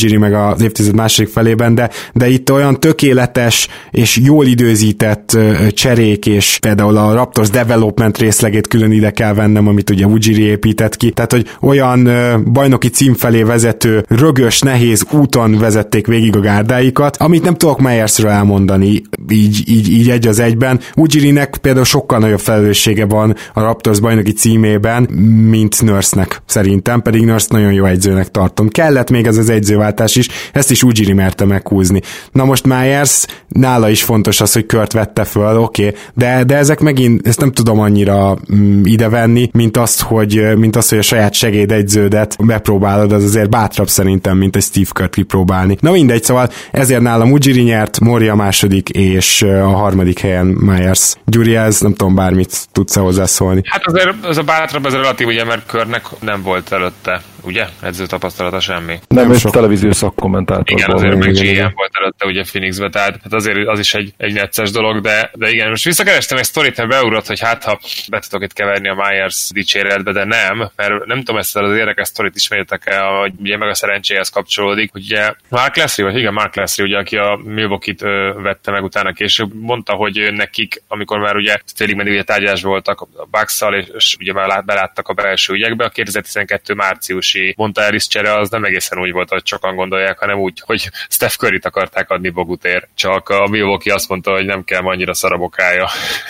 D: Ujiri meg az évtized második felében, de, de itt olyan tökéletes és jól időzített cserék, és például a Raptors development részlegét külön ide kell vennem, amit ugye Ujiri épített ki, tehát hogy olyan bajnoki cím felé vezető, rögös, nehéz úton vezették végig a gárdáikat, amit nem tudok Myersről elmondani így, így, így egy az egyben. Ujirinek például sokkal nagyobb felelőssége van a Raptors bajnoki címében, mint Nurse-nek szerintem, pedig Nurse nagyon jó egyzőnek tartom. Kellett még ez az egyzőváltás is, ezt is Ujiri merte meghúzni. Na most Myers, nála is fontos az, hogy Kört vette föl, oké, okay, de, de ezek megint, ezt nem tudom annyira mm, idevenni, mint azt, hogy, mint azt, hogy a saját segédegyződet megpróbálod, az azért bátrabb szerintem, mint egy Steve Kert kipróbálni. Na mindegy, szóval ezért nálam Ujiri nyert, Mori a második, és a harmadik helyen Myers. Gyuri, ez nem tudom, bármit tudsz hozzászólni.
F: Hát azért ez a bátrabb, ez relatív, ugye, mert Körnek nem volt előtte, ugye? Edző tapasztalata semmi.
E: Nem, nem sok televíziós szakkommentátor.
F: Igen, azért meg gé em volt előtte ugye Phoenixbe, tehát hát azért az is egy, egy necces dolog, de, de igen, most visszakerestem egy sztorit, mert beugrott, hogy hát ha be tudok itt keverni a Myers dicséretbe, de nem, mert nem tudom, ezt az érdekes sztorit ismerjétek el, hogy ugye meg a szerencséhez kapcsolódik, hogy ugye Mark Leslie, vagy igen, Mark Leslie, ugye, aki a Milwaukee-t vette meg utána később, mondta, hogy nekik, amikor már ugye félig meddig ugye tárgyalásban voltak a Bucks-szal, és, és ugye már beláttak a belső ügyekbe, a kétezer-tizenkettő márciusi Monta-Ellis csere az nem egészen úgy volt, hogy sokan gondolják, hanem úgy, hogy Steph Curryt akarták adni Bogutért, csak a Milwaukee azt mondta, hogy nem kell annyira szarabokája.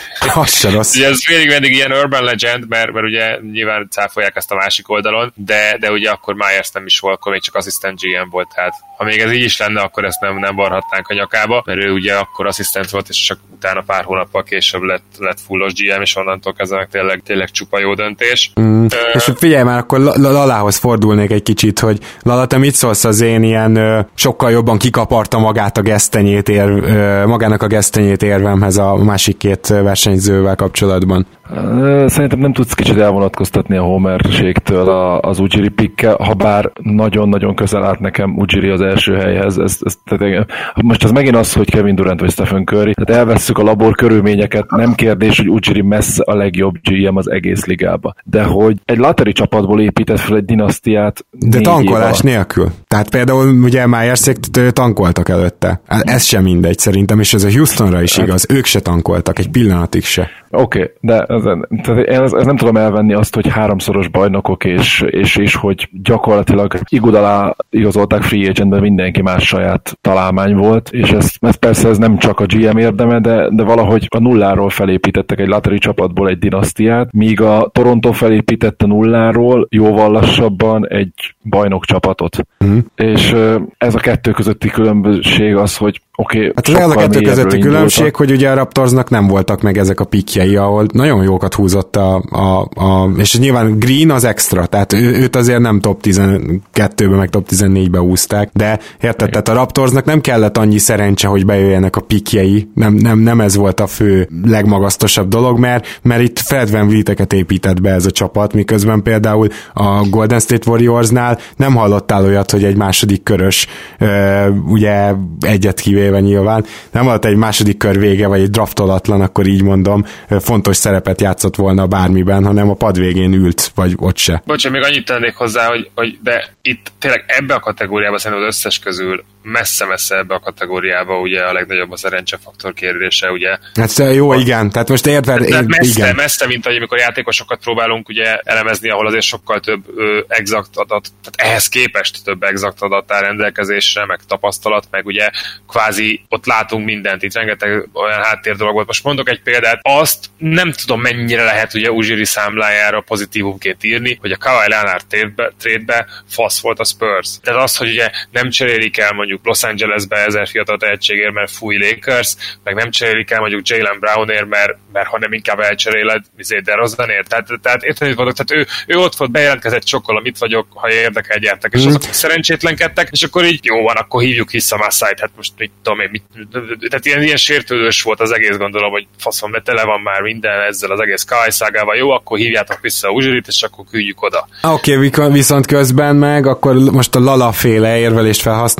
D: Az se rossz.
F: Ugye ez félig meddig ilyen urban legend, mert, mert ugye nyilván cáfolják ezt a másik oldalon, de, de ugye akkor Myers nem is volt, akkor még csak asszisztent gé em volt, tehát ha még ez így is lenne, akkor ezt nem, nem varhatnánk a nyakába, mert ő ugye akkor asszisztent volt, és csak utána pár hónappal később lett, lett fullos gé em, és onnantól kezdve meg tényleg, tényleg csupa jó döntés. Mm. Uh,
D: és figyelj már, akkor Lalához fordulnék egy kicsit, hogy Lala, te mit szólsz az én ilyen ö, sokkal jobban kikaparta magát a gesztenyét ér, ö, magának a gesztenyét érvemhez a másik két versenyzővel kapcsolatban?
E: Szerintem nem tudsz kicsit elvonatkoztatni a Homerségtől az Ujiri pickkel, ha bár nagyon-nagyon közel állt nekem Ujiri az első helyhez. Ez, ez, tehát, most ez megint az, hogy Kevin Durant vagy Stephen Curry, tehát elvesszük a labor körülményeket, nem kérdés, hogy Ujiri messze a legjobb gé em az egész ligába. De hogy egy lottery csapatból épített fel egy dinasztiát.
D: De tankolás nélkül. Tehát például ugye Myersék tankoltak előtte. Ez sem mindegy szerintem, és ez a Houstonra is igaz. Ők se tankoltak, egy pillanatig se.
E: Oké, okay, de ez, ez, ez nem tudom elvenni azt, hogy háromszoros bajnokok, és, és, és hogy gyakorlatilag igod alá igazolták free agentben, mindenki más saját találmány volt, és ez, ez persze ez nem csak a gé em érdeme, de, de valahogy a nulláról felépítettek egy lottery csapatból egy dinasztiát, míg a Toronto felépítette nulláról jóval lassabban egy bajnok csapatot. Mm. És ez a kettő közötti különbség az, hogy oké, okay,
D: hát az a kettő közötti különbség, hogy ugye a Raptorsnak nem voltak meg ezek a pikjei, ahol nagyon jókat húzott a, a, a és nyilván Green az extra, tehát ő, őt azért nem top tizenkettőbe, meg top tizennégybe húzták, de érted, tehát a Raptorsnak nem kellett annyi szerencse, hogy bejöjjenek a pikjei, nem, nem, nem ez volt a fő legmagasztosabb dolog, mert, mert itt Fred VanVleeteket épített be ez a csapat, miközben például a Golden State Warriorsnál nem hallottál olyat, hogy egy második körös ö, ugye egyet kivéve nyilván, nem volt egy második kör vége, vagy egy draftolatlan, akkor így mondom, fontos szerepet játszott volna bármiben, hanem a pad végén ült, vagy ott se.
F: Bocsánat, még annyit tennék hozzá, hogy, hogy de itt tényleg ebbe a kategóriába szerintem az összes közül messze-messze ebbe a kategóriába ugye a legnagyobb a szerencsefaktor kérdése, ugye.
D: Hát jó, a, igen, tehát most érted,
F: én, messze,
D: igen.
F: messze, mint hogy amikor játékosokat próbálunk ugye elemezni, ahol azért sokkal több ö, exakt adat, tehát ehhez képest több exakt adat áll rendelkezésre, meg tapasztalat, meg ugye kvázi ott látunk mindent, itt rengeteg olyan háttér dolog volt. Most mondok egy példát, azt nem tudom mennyire lehet ugye Ujiri számlájára pozitívumként írni, hogy a Kawhi Leonard trade-be fasz volt a Spurs. Tehát az, hogy ugye nem cserélik el mondjuk Los Angelesbe ezer fiatal tehetségért, mert fúj Lakers, meg nem cserélik el mondjuk Jaylen Brownért, mert, mert ha nem inkább elcseréled DeRozanért. Tehát, tehát érted, mit mondok? Tehát ő, ő ott volt, bejelentkezett sokkal, mit vagyok, ha érdekel, gyertek, és azok szerencsétlenkedtek, és akkor így jó van, akkor hívjuk vissza Massait, hát most mit tudom én, mit, tehát ilyen, ilyen sértődős volt az egész, gondolom, hogy faszom, de tele van már minden ezzel az egész Kawhi szágával, jó, akkor hívjátok vissza Ujirit, és akkor küldjük oda.
D: Oké, okay, viszont közben meg, akkor most a Lala féle érvelést felhasználva,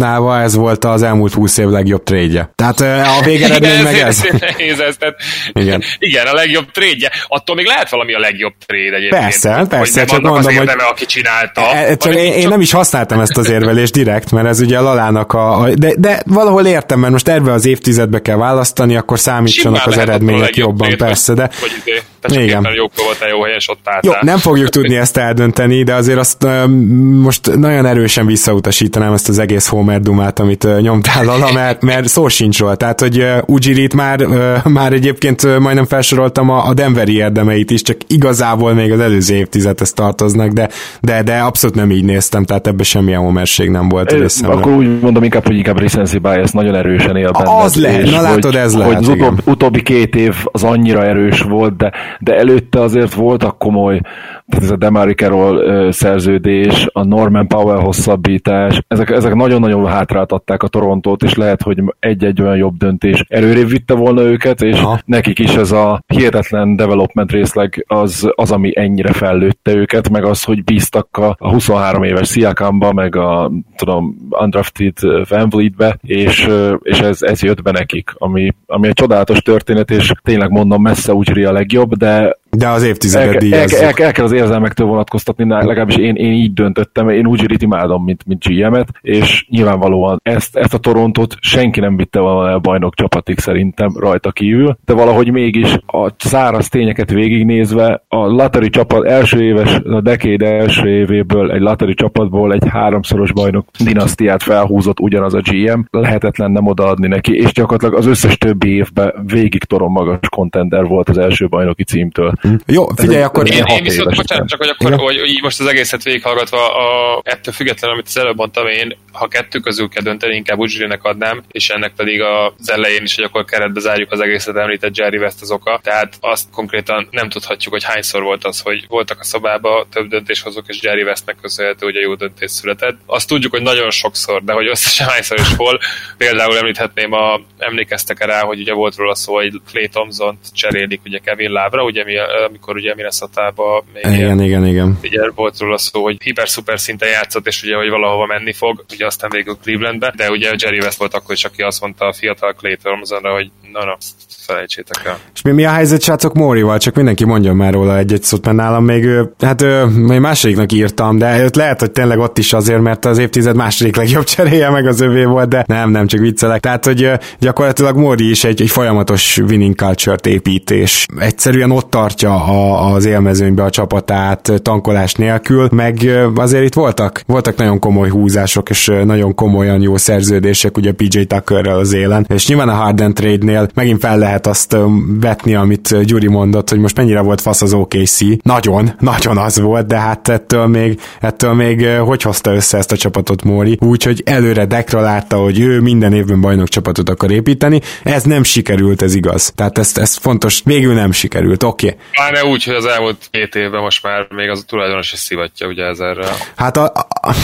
D: ez volt az elmúlt húsz év legjobb trade-je. Tehát a végeredmény meg ez.
F: Nehéz ez. Tehát,
D: igen.
F: igen, a legjobb trade-je. Attól még lehet valami a legjobb trade egyébként.
D: Persze, persze, csak mondom,
F: az
D: hogy...
F: érdeme, aki csinálta.
D: E, csak én, én nem is használtam ezt az érvelést direkt, mert ez ugye a Lalának a... a de, de valahol értem, mert most ebbe az évtizedbe kell választani, akkor számítsanak simán az eredmények jobban, trade, persze, de...
F: Vagy izé, te csak éppen jók voltál, jó helyen, ott álltál.
D: Jó, nem fogjuk tudni ezt eldönteni, de azért azt uh, most nagyon erősen visszautasítanám ezt az egész Homer dumát, amit uh, nyomtál, Lala, mert, mert szó sincs róla. Tehát, hogy uh, Ujirit már, uh, már egyébként uh, majdnem felsoroltam a, a Denveri érdemeit is, csak igazából még az előző évtizedhez tartoznak, de, de, de abszolút nem így néztem, tehát ebben semmilyen Homerség nem volt.
E: É, akkor úgy mondom inkább, hogy inkább recency bias nagyon erősen él benne.
D: Az lehet, na látod, ez
E: hogy,
D: lehet.
E: Hogy az utóbbi, utóbbi két év az annyira erős volt, de, de előtte azért voltak komoly, tehát ez a DeMarre Carroll uh, szerződés, a Norman Powell hosszabbítás, ezek, ezek nagyon-nagyon hátráltatták a Torontót, és lehet, hogy egy-egy olyan jobb döntés előrébb vitte volna őket, és aha, nekik is ez a hihetetlen development részleg az, az, ami ennyire fellőtte őket, meg az, hogy bíztak a, a huszonhárom éves Siakambe, meg a tudom, undrafted Van Vlietbe, és, és ez, ez jött be nekik, ami, ami egy csodálatos történet, és tényleg mondom, messze Ujiri a legjobb, de
D: de az évtizedet
E: díjazzuk. El, el, el kell az érzelmektől vonatkoztatni, legalábbis én, én így döntöttem, én Ujirit imádom, mint, mint gé em-et, és nyilvánvalóan ezt, ezt a Torontót senki nem vitte volna a bajnok csapatig szerintem rajta kívül, de valahogy mégis a száraz tényeket végignézve a lottery csapat első éves, a decade első évéből egy lottery csapatból egy háromszoros bajnok dinasztiát felhúzott ugyanaz a gé em, lehetetlen nem odaadni neki, és gyakorlatilag az összes többi évben végig toron magas contender volt az első bajnoki címtől.
D: Jó, figyelj, ez akkor...
F: Én, én viszont, bocsánat, csak hogy akkor, hogy így most az egészet végighallgatva, a, ettől függetlenül, amit az előbb mondtam én, ha kettő közül kell dönteni, inkább Ujirinek adnám, és ennek pedig az elején is, hogy akkor keretbe zárjuk az egészet, említett Jerry West az oka. Tehát azt konkrétan nem tudhatjuk, hogy hányszor volt az, hogy voltak a szobába több döntéshozók, és Jerry Westnek köszönhető, hogy a jó döntés született. Azt tudjuk, hogy nagyon sokszor, de hogy összesen hányszor is hol. Például említhetném, a, emlékeztek rá, hogy ugye volt róla szó, hogy Klay Thompsont cserélik ugye Kevin Love-ra, ugye mi, amikor ugye Minnesota-ba még
D: igen, ilyen, igen, igen.
F: Ugye volt róla szó, hogy hiper-szuper szinten játszott, és ugye, hogy valahova menni fog, ugye aztán végül Clevelandbe, de ugye Jerry West volt akkor is, aki azt mondta a fiatal Klay Thompsonra, hogy na, na, felejtsétek el.
D: És mi, mi a helyzet, srácok, Mórival? Csak mindenki mondjon már róla egy-egy szót, mert nálam még, hát még másodiknak írtam, de lehet, hogy tényleg ott is azért, mert az évtized második legjobb cseréje meg az övé volt, de nem, nem, csak viccelek. Tehát, hogy gyakorlatilag Móri is egy, egy folyamatos winning culture-t épít, és egyszerűen ott tartja a, az élmezőnybe a csapatát tankolás nélkül, meg azért itt voltak, voltak nagyon komoly húzások, és nagyon komolyan jó szerződések, ugye pé jé Tuckerrel az élen, és nyilván a Harden trade-nél megint fel lehet azt vetni, amit Gyuri mondott, hogy most mennyire volt fasz az o ká cé. Nagyon, nagyon az volt, de hát ettől még, ettől még hogy hozta össze ezt a csapatot Móri, úgyhogy előre deklarálta, hogy ő minden évben bajnok csapatot akar építeni. Ez nem sikerült, ez igaz. Tehát ez, ez fontos, végül nem sikerült, oké. Okay.
F: Pláne úgy, hogy az elmúlt két évben most már még az a tulajdonos is szivatja ugye ezerre.
D: Hát a, a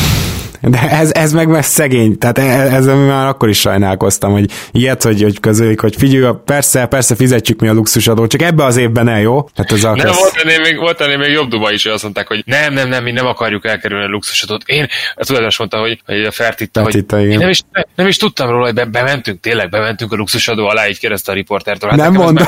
D: de ez, ez meg meg szegény, tehát ezzel már akkor is sajnálkoztam, hogy ilyet, hogy, hogy közölik, hogy figyelj, persze, persze fizetjük mi a luxusadót, csak ebbe az évben ne, jó? Hát ez
F: nem, köz... volt, ennél még, volt ennél még jobb duba is, hogy azt mondták, hogy nem, nem, nem, mi nem akarjuk elkerülni a luxusadót. Én, a tulajdonos mondta, hogy, hogy a Fertitta, hogy én nem is, nem, nem is tudtam róla, hogy be, bementünk, tényleg bementünk a luxusadó alá, így kérdezte a riportertől. Hát
D: nem mondom.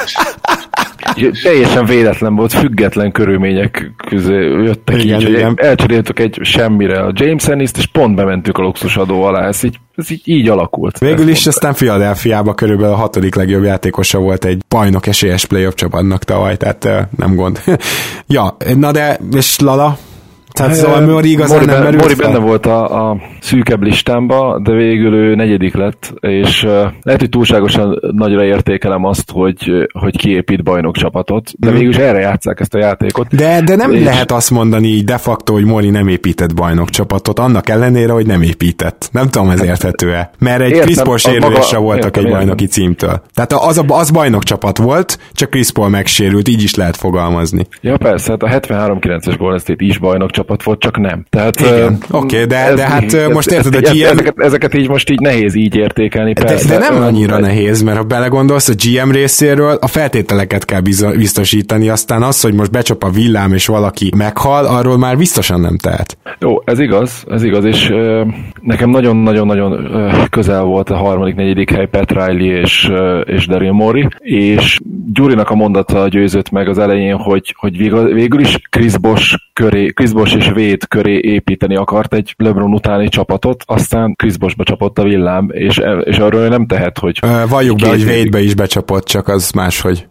E: Teljesen véletlen volt, független körülmények közé jöttek igen, így, igen. Hogy elcseréltük egy semmire a James Ennis-t, és pont bementük a luxusadó alá, ez így, ez így, így alakult.
D: Végül is aztán Philadelphiában körülbelül a hatodik legjobb játékosa volt egy bajnok esélyes play-off csapatnak tavaly, tehát nem gond. Ja, na de, és Lala? Tehát szóval Móri igazán Móri nem merült
E: Móri benne volt a, a szűkebb listámba, de végül ő negyedik lett, és uh, lehet, hogy túlságosan nagyra értékelem azt, hogy, hogy kiépít bajnok csapatot, de mm. végül is erre játsszák ezt a játékot.
D: De, de nem és... lehet azt mondani így de facto, hogy Móri nem épített bajnok csapatot, annak ellenére, hogy nem épített. Nem tudom, ez érthető-e. Mert egy Chris Paul sérülésre voltak értem, egy bajnoki értem. címtől. Tehát az, a, az bajnok csapat volt, csak Chris Paul megsérült, így is lehet fogalmazni.
E: Ja persze, hát a hetvenhárom kilences Golden State is bajnok csapat csapat volt, csak nem. Tehát,
D: igen, uh, oké, okay, de, de hát ez, most érted,
E: ez,
D: a gé em...
E: Ezeket, ezeket így most így nehéz így értékelni.
D: De,
E: persze,
D: de nem annyira
E: vagy...
D: nehéz, mert ha belegondolsz, a gé em részéről a feltételeket kell biztosítani, aztán az, hogy most becsap a villám és valaki meghal, arról már biztosan nem tehet.
E: Jó, ez igaz, ez igaz, és uh, nekem nagyon-nagyon-nagyon uh, közel volt a harmadik, negyedik hely Pat Riley és, uh, és Daryl Morey, és Gyurinak a mondata győzött meg az elején, hogy, hogy végül, végül is Chris Bosh köré, Chris Bosh és Wade köré építeni akart egy LeBron utáni csapatot, aztán Chris Boshba csapott a villám, és, és arról nem tehet, hogy...
D: Uh, valljuk be, hogy Wade-be is becsapott, csak az máshogy.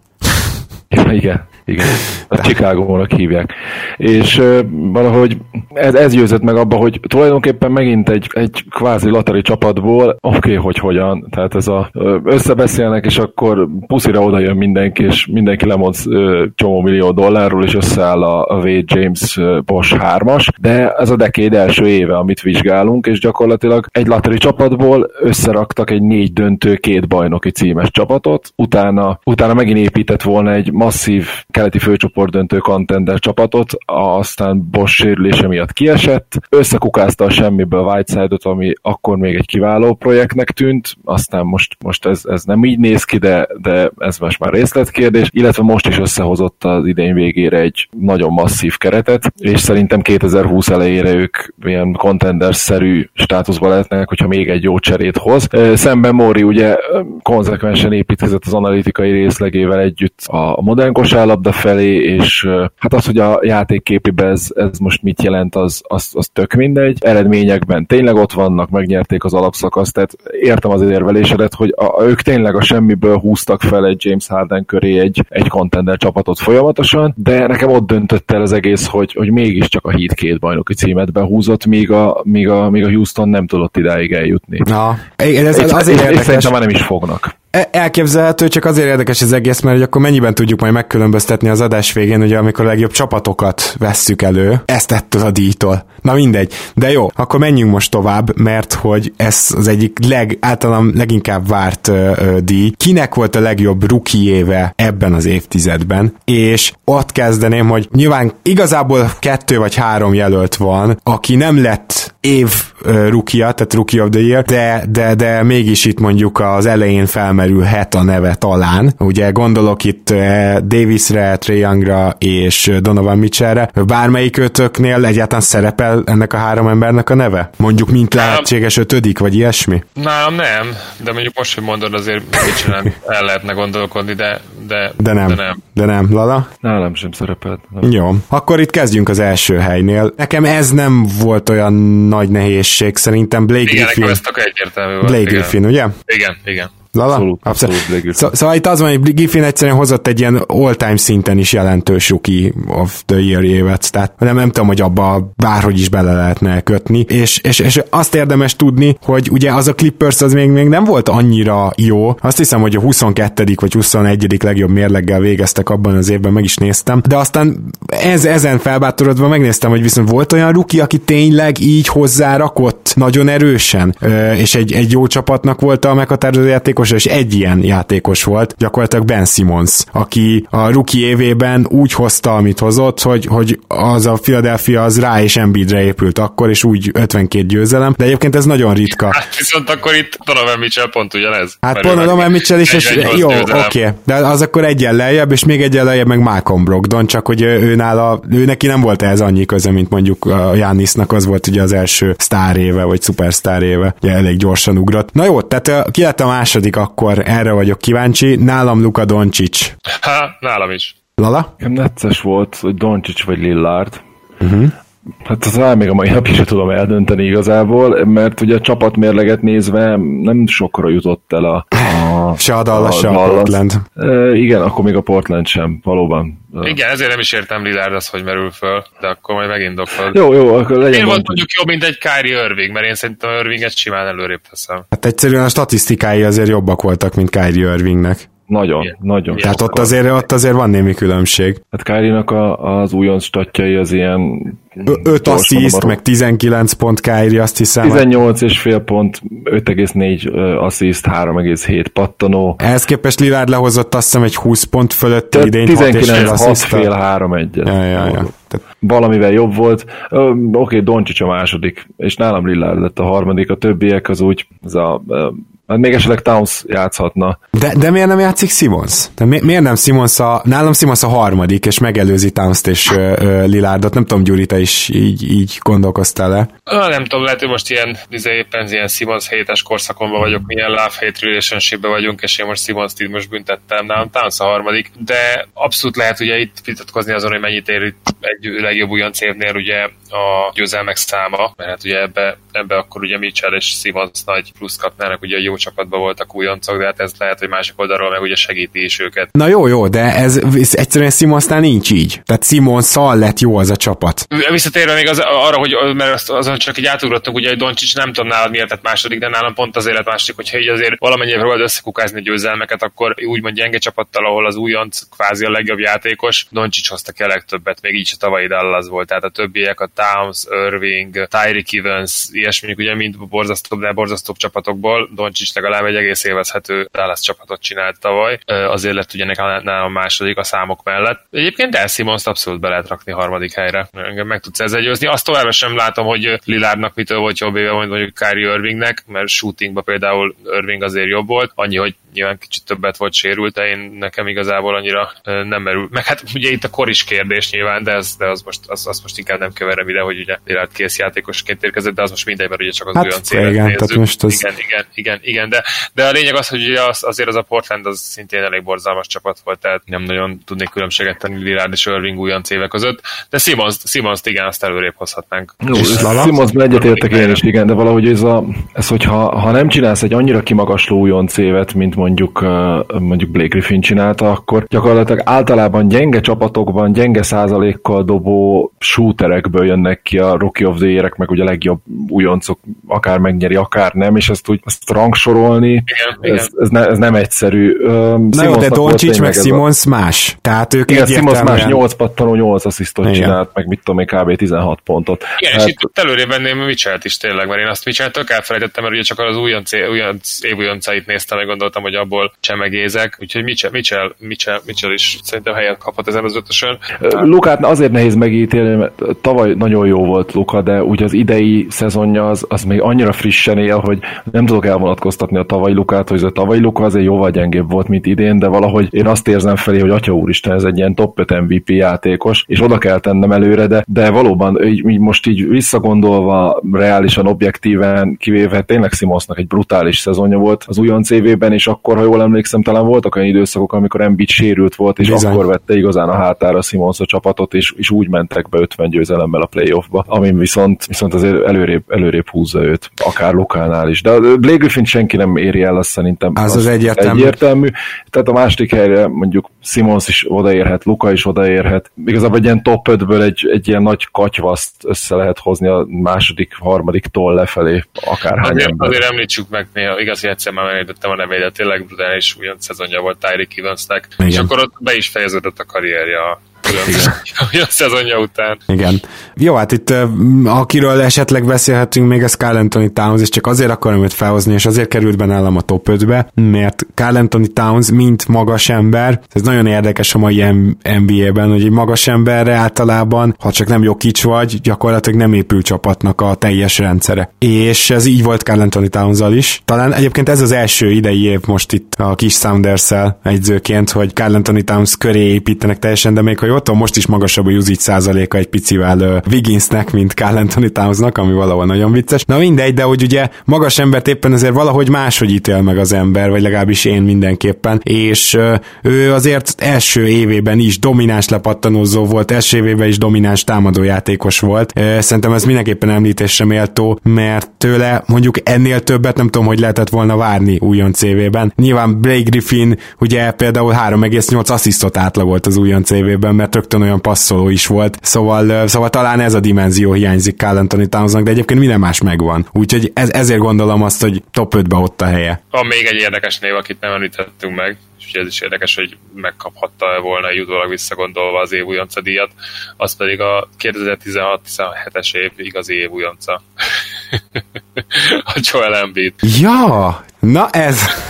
E: Ja, igen. Igen, a Chicagónak hívják. És uh, valahogy ez, ez győzött meg abba, hogy tulajdonképpen megint egy, egy kvázi latari csapatból, oké, okay, hogy hogyan, tehát ez a összebeszélnek, és akkor puszira odajön mindenki, és mindenki lemond uh, csomó millió dollárról, és összeáll a, a Wade James uh, Bosh hármas, de ez a decade első éve, amit vizsgálunk, és gyakorlatilag egy latari csapatból összeraktak egy négy döntő, két bajnoki címes csapatot, utána, utána megint épített volna egy masszív keleti főcsoport döntő contender csapatot, aztán Bosh sérülése miatt kiesett, összekukázta a semmiből Whiteside-ot, ami akkor még egy kiváló projektnek tűnt, aztán most, most ez, ez nem így néz ki, de, de ez most már részletkérdés, illetve most is összehozott az idény végére egy nagyon masszív keretet, és szerintem kétezer-húsz elejére ők ilyen contender-szerű státuszba lehetnek, hogyha még egy jó cserét hoz. Szemben Morey ugye konzekvensen építkezett az analitikai részlegével együtt a modern kosárlabda felé, és hát az, hogy a játékképében ez, ez most mit jelent, az, az, az tök mindegy. Eredményekben tényleg ott vannak, megnyerték az alapszakaszt, tehát értem az érvelésedet, hogy a, ők tényleg a semmiből húztak fel egy James Harden köré egy, egy contender csapatot folyamatosan, de nekem ott döntött el az egész, hogy, hogy mégiscsak a Heat két bajnoki címet behúzott, míg a, míg a, míg a Houston nem tudott idáig eljutni.
D: Na, ez, ez azért
E: és,
D: érdekes.
E: És szerintem már nem is fognak.
D: Elképzelhető, csak azért érdekes az egész, mert hogy akkor mennyiben tudjuk majd megkülönböztetni az adás végén, ugye amikor a legjobb csapatokat vesszük elő, ezt ettől a díjtól. Na mindegy. De jó, akkor menjünk most tovább, mert hogy ez az egyik leg, általán leginkább várt uh, uh, díj. Kinek volt a legjobb rookie éve ebben az évtizedben? És ott kezdeném, hogy nyilván igazából kettő vagy három jelölt van, aki nem lett év uh, rookie, tehát rookie of the year, de, de, de mégis itt mondjuk az elején felmerülhet a neve talán. Ugye gondolok itt uh, Davisre, Trae Youngra és Donovan Mitchellre. Bármelyik ötöknél egyáltalán szerepel ennek a három embernek a neve? Mondjuk mint lehetséges ötödik, vagy ilyesmi?
F: Nálam nem, de mondjuk most, hogy mondod, azért Mitchellen el lehetne gondolkodni, de, de,
D: de, nem. de nem. De nem. Lala?
E: Nálam sem szerepelt. Nem.
D: Jó. Akkor itt kezdjünk az első helynél. Nekem ez nem volt olyan nagy nehézség, szerintem Blake
F: igen,
D: Griffin.
F: Igen, nekem ez egyértelmű volt.
D: Blake Griffin, ugye?
F: Igen, igen.
D: Lala?
E: Abszolút, abszolút
D: Szó, szóval itt az van, hogy Griffin egyszerűen hozott egy ilyen all-time szinten is jelentős rookie of the year évet, tehát nem, nem tudom, hogy abba bárhogy is bele lehetne kötni, és, és, és azt érdemes tudni, hogy ugye az a Clippers az még, még nem volt annyira jó, azt hiszem, hogy a huszonkettedik vagy huszonegyedik legjobb mérleggel végeztek abban az évben, meg is néztem, de aztán ez, ezen felbátorodva megnéztem, hogy viszont volt olyan rookie, aki tényleg így hozzárakott nagyon erősen, és egy, egy jó csapatnak volt a meghatározó játék, és egy ilyen játékos volt, gyakorlatilag Ben Simmons, aki a rookie évében úgy hozta, amit hozott, hogy, hogy az a Philadelphia az rá és Embiidre épült akkor, és úgy ötvenkét győzelem, de egyébként ez nagyon ritka.
F: Hát viszont akkor itt Donovan Mitchell pont ugyanez.
D: Hát pont Donovan Mitchell is, és jó, oké, okay. De az akkor egyen lejjebb, és még egyen lejjebb meg Malcolm Brogdon, csak hogy ő nála, ő neki nem volt ehhez annyi köze, mint mondjuk a Giannisnak, az volt ugye az első sztár éve, vagy szupersztár éve, ugye elég gyorsan ugrott. Na jó, tehát ki lett a második, akkor erre vagyok kíváncsi. Nálam Luka Doncic.
F: Ha, nálam is.
D: Lala?
E: Nem necces volt, hogy Doncic vagy Lillard.
D: Uh-huh.
E: Hát az még a mai napig sem tudom eldönteni igazából, mert ugye a csapatmérleget nézve nem sokra jutott el a... a
D: se a Dallas, se a Portland.
E: E, igen, akkor még a Portland sem, valóban.
F: Igen, ezért nem is értem Lillard az, hogy merül föl, de akkor majd megint dobföl.
E: Jó, jó, akkor legyen.
F: Én volt mondjuk jobb, mint egy Kyrie Irving, mert én szerintem Irvinget simán előrébb teszem.
D: Hát egyszerűen a statisztikái azért jobbak voltak, mint Kyrie Irvingnek.
E: Nagyon, yeah. nagyon.
D: Tehát yeah. ott azért, ott azért van némi különbség.
E: Hát Kyrie-nak a, az újonc statjai az ilyen...
D: öt assziszt, meg tizenkilenc pont Kyrie, azt hiszem.
E: tizennyolc és fél pont, öt egész négy assziszt, három egész hét pattanó.
D: Ehhez képest Lillard lehozott azt hiszem egy húsz pont fölött idény.
E: tizenkilenc hat fél három egyet.
D: Ja, ja, ja. Tehát
E: valamivel jobb volt. Oké, okay, Doncic a második, és nálam Lillard lett a harmadik, a többiek az úgy, ez a hát még esetleg Towns játszhatna.
D: De, de miért nem játszik Simmons? De mi, miért nem Simmons a... Nálam Simmons a harmadik, és megelőzi Towns-t és uh, uh, Lillardot. Nem tudom, Gyuri, te is így, így gondolkoztál-e?
F: Ah, nem tudom, lehet, hogy most ilyen, éppen ilyen Simmons hétes korszakomban vagyok, milyen love-hate relationship-ben vagyunk, és én most Simmons-t így most büntettem, nálam Towns a harmadik, de abszolút lehet ugye itt vitatkozni azon, hogy mennyit ér itt egy legjobb újonc évnél ugye a győzelmek száma, mert hát ugye ebbe, ebbe akkor ugye Mitchell és Simmons nagy plusz kapnának, ugye jó csapatban voltak újoncok, de hát ez lehet, hogy másik oldalról meg ugye segíti is őket.
D: Na jó, jó, de ez, ez egyszerűen Simmonsnál nincs így. Tehát Simonsszal lett jó az a csapat.
F: Visszatérve még az, arra, hogy mert azon csak így átugrottunk, ugye, hogy Doncic nem tudom nálad miért lett második, de nálam pont azért lett második, hogyha így azért valamennyire próbáld összekukázni győzelmeket, akkor úgymond gyenge csapattal, ahol az újonc kvázi a legjobb játékos, Doncic hozta ki a legtöbbet, még így a tavalyi Dallas volt, tehát a többiek, a Towns, Irving, Tyreek Evans, ilyesmiük ugye mind borzasztóbb, de borzasztóbb csapatokból, Doncic legalább egy egész élvezhető Dallas csapatot csinált tavaly, azért lett ugye nálam a második a számok mellett. Egyébként El Simmons abszolút be lehet rakni harmadik helyre. Engem meg tudsz ezzel győzni. Azt továbbra sem látom, hogy Lillardnak mitől volt jobb éve, mint mondjuk Kyrie Irvingnek, mert shootingban például Irving azért jobb volt, annyi, hogy nyilván kicsit többet volt sérült, de én nekem igazából annyira nem merül. Meg hát ugye itt a kor is kérdés nyilván, de, ez, de az, most, az, az most inkább nem keverem ide, hogy ugye Lillard kész játékosként érkezett, de az most mindegy, mert ugye csak az hát olyan célet nézzük. Most az... Igen, igen, igen, igen, de, de a lényeg az, hogy ugye az, azért az a Portland az szintén elég borzalmas csapat volt, tehát nem nagyon tudnék különbséget tenni Lillard és Irving újonc évek között, de Simmons, Simmons igen, azt előrébb hozhatnánk.
E: Simmonsban egyetértek én is, igen, de valahogy ez, a, ez hogyha ha nem csinálsz egy annyira kimagasló újonc évet, mint mondjuk, mondjuk Blake Griffin csinálta, akkor gyakorlatilag általában gyenge csapatokban, gyenge százalékkal dobó shooterekből jönnek ki a Rookie of the Year-ek, meg ugye a legjobb újoncok, akár megnyeri, akár nem, és ezt úgy ezt rangsorolni,
F: igen,
E: ez,
F: igen.
E: Ez, ne, ez nem egyszerű.
D: Na jó, de Doncic meg Simmons más. Tehát ők
E: igen, Simmons más, nyolc pattanó, nyolc asszisztot csinált, meg mit tudom én, kb. tizenhat pontot.
F: Igen, hát, és itt előrébb venném Mitchell-t is tényleg, mert én azt Mitchell-t tök elfelejtettem, mert ugye csak az újonc, újonc évújoncait néztem, meg gondoltam, hogy abból csemegézek, úgyhogy Mitchell, Mitchell, Mitchell, Mitchell is szerintem helyet kaphat ezen az ötösön.
E: Lukát azért nehéz megítélni, mert tavaly nagyon jó volt Luka, de úgy az idei szezonja az, az még annyira frissen él, hogy nem tudok elvonatkoztatni a tavalyi Lukát, hogy a tavalyi Luka azért jóval gyengébb volt, mint idén, de valahogy én azt érzem felé, hogy atya úristen, ez egy ilyen top öt em vé pé játékos, és oda kell tennem előre, de, de valóban így, most így visszagondolva, reálisan, objektíven, kivéve tényleg Simmonsnak egy brutális szezonja volt az újonc évében, és akkor, ha jól emlékszem, talán voltak olyan időszakok, amikor Embiid sérült volt, és bizony. Akkor vette igazán a hátára Simmons a csapatot, és, és úgy mentek be ötven győzelemmel a playoffba, amin viszont, viszont azért előrébb, előrébb húzza őt, akár Lukánál is. De Blake Griffin senki nem éri el, azt szerintem
D: az, az egyértelmű.
E: egyértelmű. Tehát a második helyre mondjuk Simmons is odaérhet, Luka is odaérhet. Igazából egy ilyen top ötből egy, egy ilyen nagy katyvaszt össze lehet hozni a második, harmadiktól lefelé, akárhány
F: azért,
E: ember.
F: azért említsük meg, néha igaz, hogy egyszer már megejtettem a nevédet, tényleg brutális újon szezonja volt Tyreek Evansnek, és akkor ott be is fejeződött a karrierje a szezonja után.
D: Igen. Jó, hát itt akiről esetleg beszélhetünk még, ez Karl Anthony Towns, és csak azért akarom őt felhozni, és azért került be nálam a top ötbe, mert Karl Anthony Towns, mint magas ember, ez nagyon érdekes a mai en bé á-ben, hogy egy magas emberre általában, ha csak nem Jokic vagy, gyakorlatilag nem épül csapatnak a teljes rendszere. És ez így volt Karl Anthony Towns-zal is. Talán egyébként ez az első idei év most itt a kis Sounders-szel egyzőként, hogy Karl Anthony Towns köré építenek teljesen, de még ha jól tudom, most is magasabb a usage százaléka egy picivel uh, Wigginsnek, mint Karl Anthony Townsnak, ami valahol nagyon vicces. Na mindegy, de hogy ugye magas embert éppen azért valahogy máshogy ítél meg az ember, vagy legalábbis én mindenképpen, és uh, ő azért első évében is domináns lepattanózó volt, első évében is domináns támadójátékos volt. Uh, szerintem ez mindenképpen említésre méltó, mert tőle mondjuk ennél többet nem tudom, hogy lehetett volna várni újonc évében. Nyilván Blake Griffin ugye például három egész nyolc asszisztot átlagolt az újonc évében, mert rögtön olyan passzoló is volt, szóval, szóval talán ez a dimenzió hiányzik Karl Anthony Townsnak, de egyébként minden más megvan. Úgyhogy ez, ezért gondolom azt, hogy top ötbe ott a helye.
F: Van még egy érdekes név, akit nem említettünk meg, és ez is érdekes, hogy megkaphatta volna egy utólag visszagondolva az év újonca díjat, az pedig a kétezer-tizenhat tizenhetes év igazi év újonca. A Joel Embiid.
D: Ja, na ez...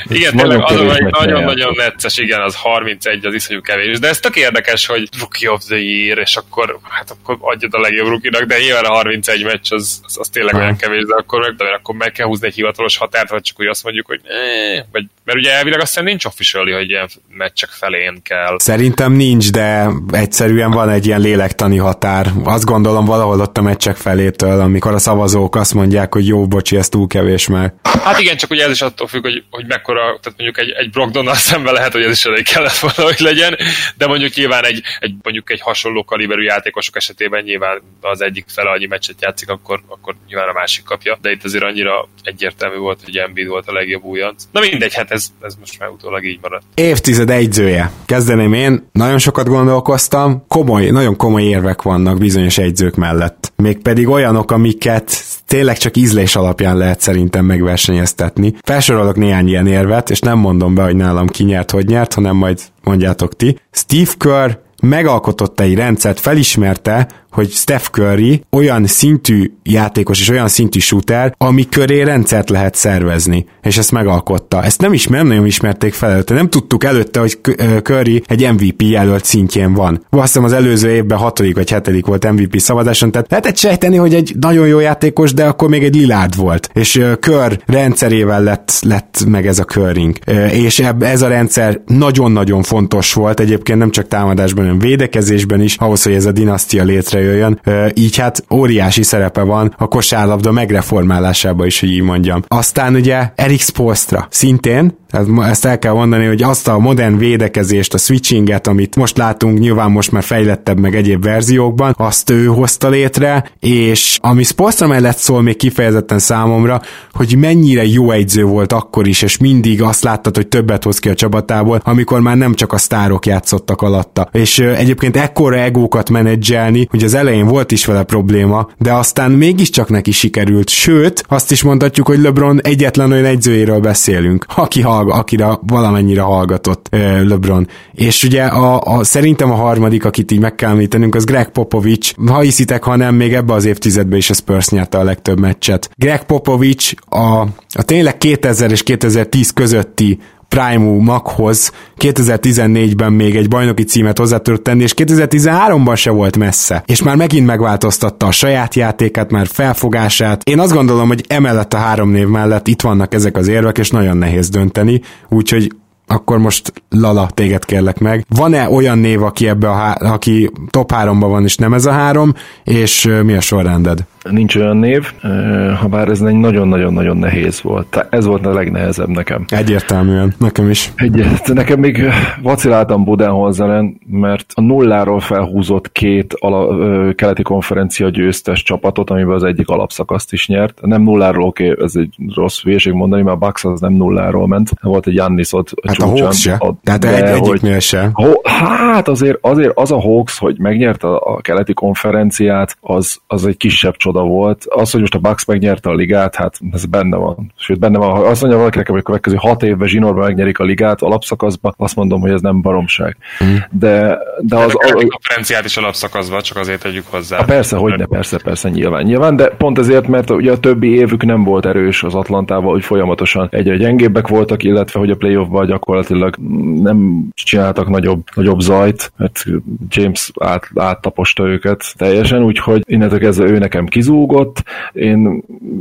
F: Igen, tényleg az, hogy nagyon-nagyon necces, igen, az harmincegy, az iszonyú kevés. De ez tök érdekes, hogy Rookie of the Year, és akkor, hát akkor adjad a legjobb rookie-nak, de nyilván a harmincegy meccs az, az, az tényleg ha. olyan kevés, de akkor meg, de akkor meg kell húzni egy hivatalos határt, vagy csak úgy azt mondjuk, hogy eh, vagy, mert ugye elvileg azt hiszem nincs officially, hogy ilyen meccsek felén kell.
D: Szerintem nincs, de egyszerűen van egy ilyen lélektani határ. Azt gondolom valahol ott a meccsek felétől, amikor a szavazók azt mondják, hogy jó, bocsi, ez túl kevés már.
F: Hát igen, csak ugye ez is attól függ, hogy, hogy mekkora, tehát mondjuk egy, egy Brogdonnal szemben lehet, hogy ez is elég kellett volna, hogy legyen, de mondjuk nyilván egy, egy, mondjuk egy hasonló kaliberű játékosok esetében nyilván az egyik fele annyi meccset játszik, akkor, akkor nyilván a másik kapja, de itt azért annyira egyértelmű volt, hogy Embiid volt a legjobb újonc. Na mindegy, hát ez, ez most már utólag így maradt.
D: Évtized egyzője. Kezdeném én, nagyon sokat gondolkoztam, komoly, nagyon komoly érvek vannak bizonyos egyzők mellett. Mégpedig olyanok, amiket tényleg csak ízlés alapján lehet szerintem megversenyeztetni. Felsorolok néhány ilyen érvet, és nem mondom be, hogy nálam ki nyert, hogy nyert, hanem majd mondjátok ti. Steve Kerr megalkotott egy rendszert, felismerte, hogy Steph Curry olyan szintű játékos és olyan szintű shooter, ami köré rendszert lehet szervezni, és ezt megalkotta. Ezt nem ismer, nem nagyon ismerték fel előtte. Nem tudtuk előtte, hogy Curry egy em vé pé jelölt szintjén van. Azt hiszem az előző évben hatodik vagy hetedik volt em vé pé szavazáson, tehát lehetett sejteni, hogy egy nagyon jó játékos, de akkor még egy Lillard volt. És Curry rendszerével lett, lett meg ez a Currying. És ez a rendszer nagyon-nagyon fontos volt, egyébként nem csak támadásban, hanem védekezésben is, ahhoz, hogy ez a dinasztia létre jöjjön, így hát óriási szerepe van a kosárlabda megreformálásában is, hogy így mondjam. Aztán ugye Erik Spoelstra szintén, ezt el kell mondani, hogy azt a modern védekezést, a switchinget, amit most látunk, nyilván most már fejlettebb meg egyéb verziókban, azt ő hozta létre, és ami Spoelstra mellett szól még kifejezetten számomra, hogy mennyire jó egyző volt akkor is, és mindig azt láttad, hogy többet hoz ki a csapatából, amikor már nem csak a sztárok játszottak alatta. És egyébként ekkora egókat menedzselni, hogy az elején volt is vele probléma, de aztán mégiscsak neki sikerült, sőt, azt is mondhatjuk, hogy LeBron egyetlen olyan egyzőjéről beszélünk, aki hallgat, akire valamennyire hallgatott LeBron. És ugye a, a, szerintem a harmadik, akit így meg kell említenünk, az Greg Popovich. Ha hiszitek, ha nem, még ebbe az évtizedben is a Spurs nyerte a legtöbb meccset. Greg Popovich a, a tényleg kétezer és kétezer-tíz közötti Prime maghoz kétezer-tizennégyben még egy bajnoki címet hozzá tudott tenni, és kétezer-tizenháromban se volt messze. És már megint megváltoztatta a saját játékát, már felfogását. Én azt gondolom, hogy emellett a három név mellett itt vannak ezek az érvek, és nagyon nehéz dönteni, úgyhogy akkor most Lala, téged kérlek meg. Van-e olyan név, aki ebbe a há- aki top háromban van, és nem ez a három, és mi a sorrended?
E: Nincs olyan név, ha bár ez egy nagyon-nagyon-nagyon nehéz volt. Ez volt a legnehezebb nekem.
D: Egyértelműen, nekem is.
E: Egyet, nekem még vaciláltam Budenholzeren, mert a nulláról felhúzott két ala, ö, keleti konferencia győztes csapatot, amiben az egyik alapszakaszt is nyert. Nem nulláról, oké, okay, ez egy rossz hülyeség mondani, mert a Bucks az nem nulláról ment. Volt egy Giannis ott a
D: hát csúcsan. A Hawks se. A, Tehát egy, egyiknél se.
E: Ho, hát azért, azért az a Hawks, hogy megnyerte a, a keleti konferenciát, az, az egy kisebb csoda volt. Az, hogy most a Bucks megnyerte a ligát, hát ez benne van. Sőt, benne van. Ha azt mondja valaki nekem, hogy a következő hat évben zsinórban megnyerik a ligát alapszakaszba, azt mondom, hogy ez nem baromság. Mm. De, de az...
F: A, a konferenciát is alapszakaszba, csak azért tegyük hozzá.
E: Persze, hogy ne, persze, persze, nyilván. Nyilván, de pont ezért, mert ugye a többi évük nem volt erős az Atlantával, hogy folyamatosan egyre gyengébbek voltak, illetve hogy a playoffban gyakorlatilag nem csináltak nagyobb, nagyobb zajt, mert James át, áttaposta őket teljesen, úgyhogy innentől kezdve ő nekem kizúgott. Én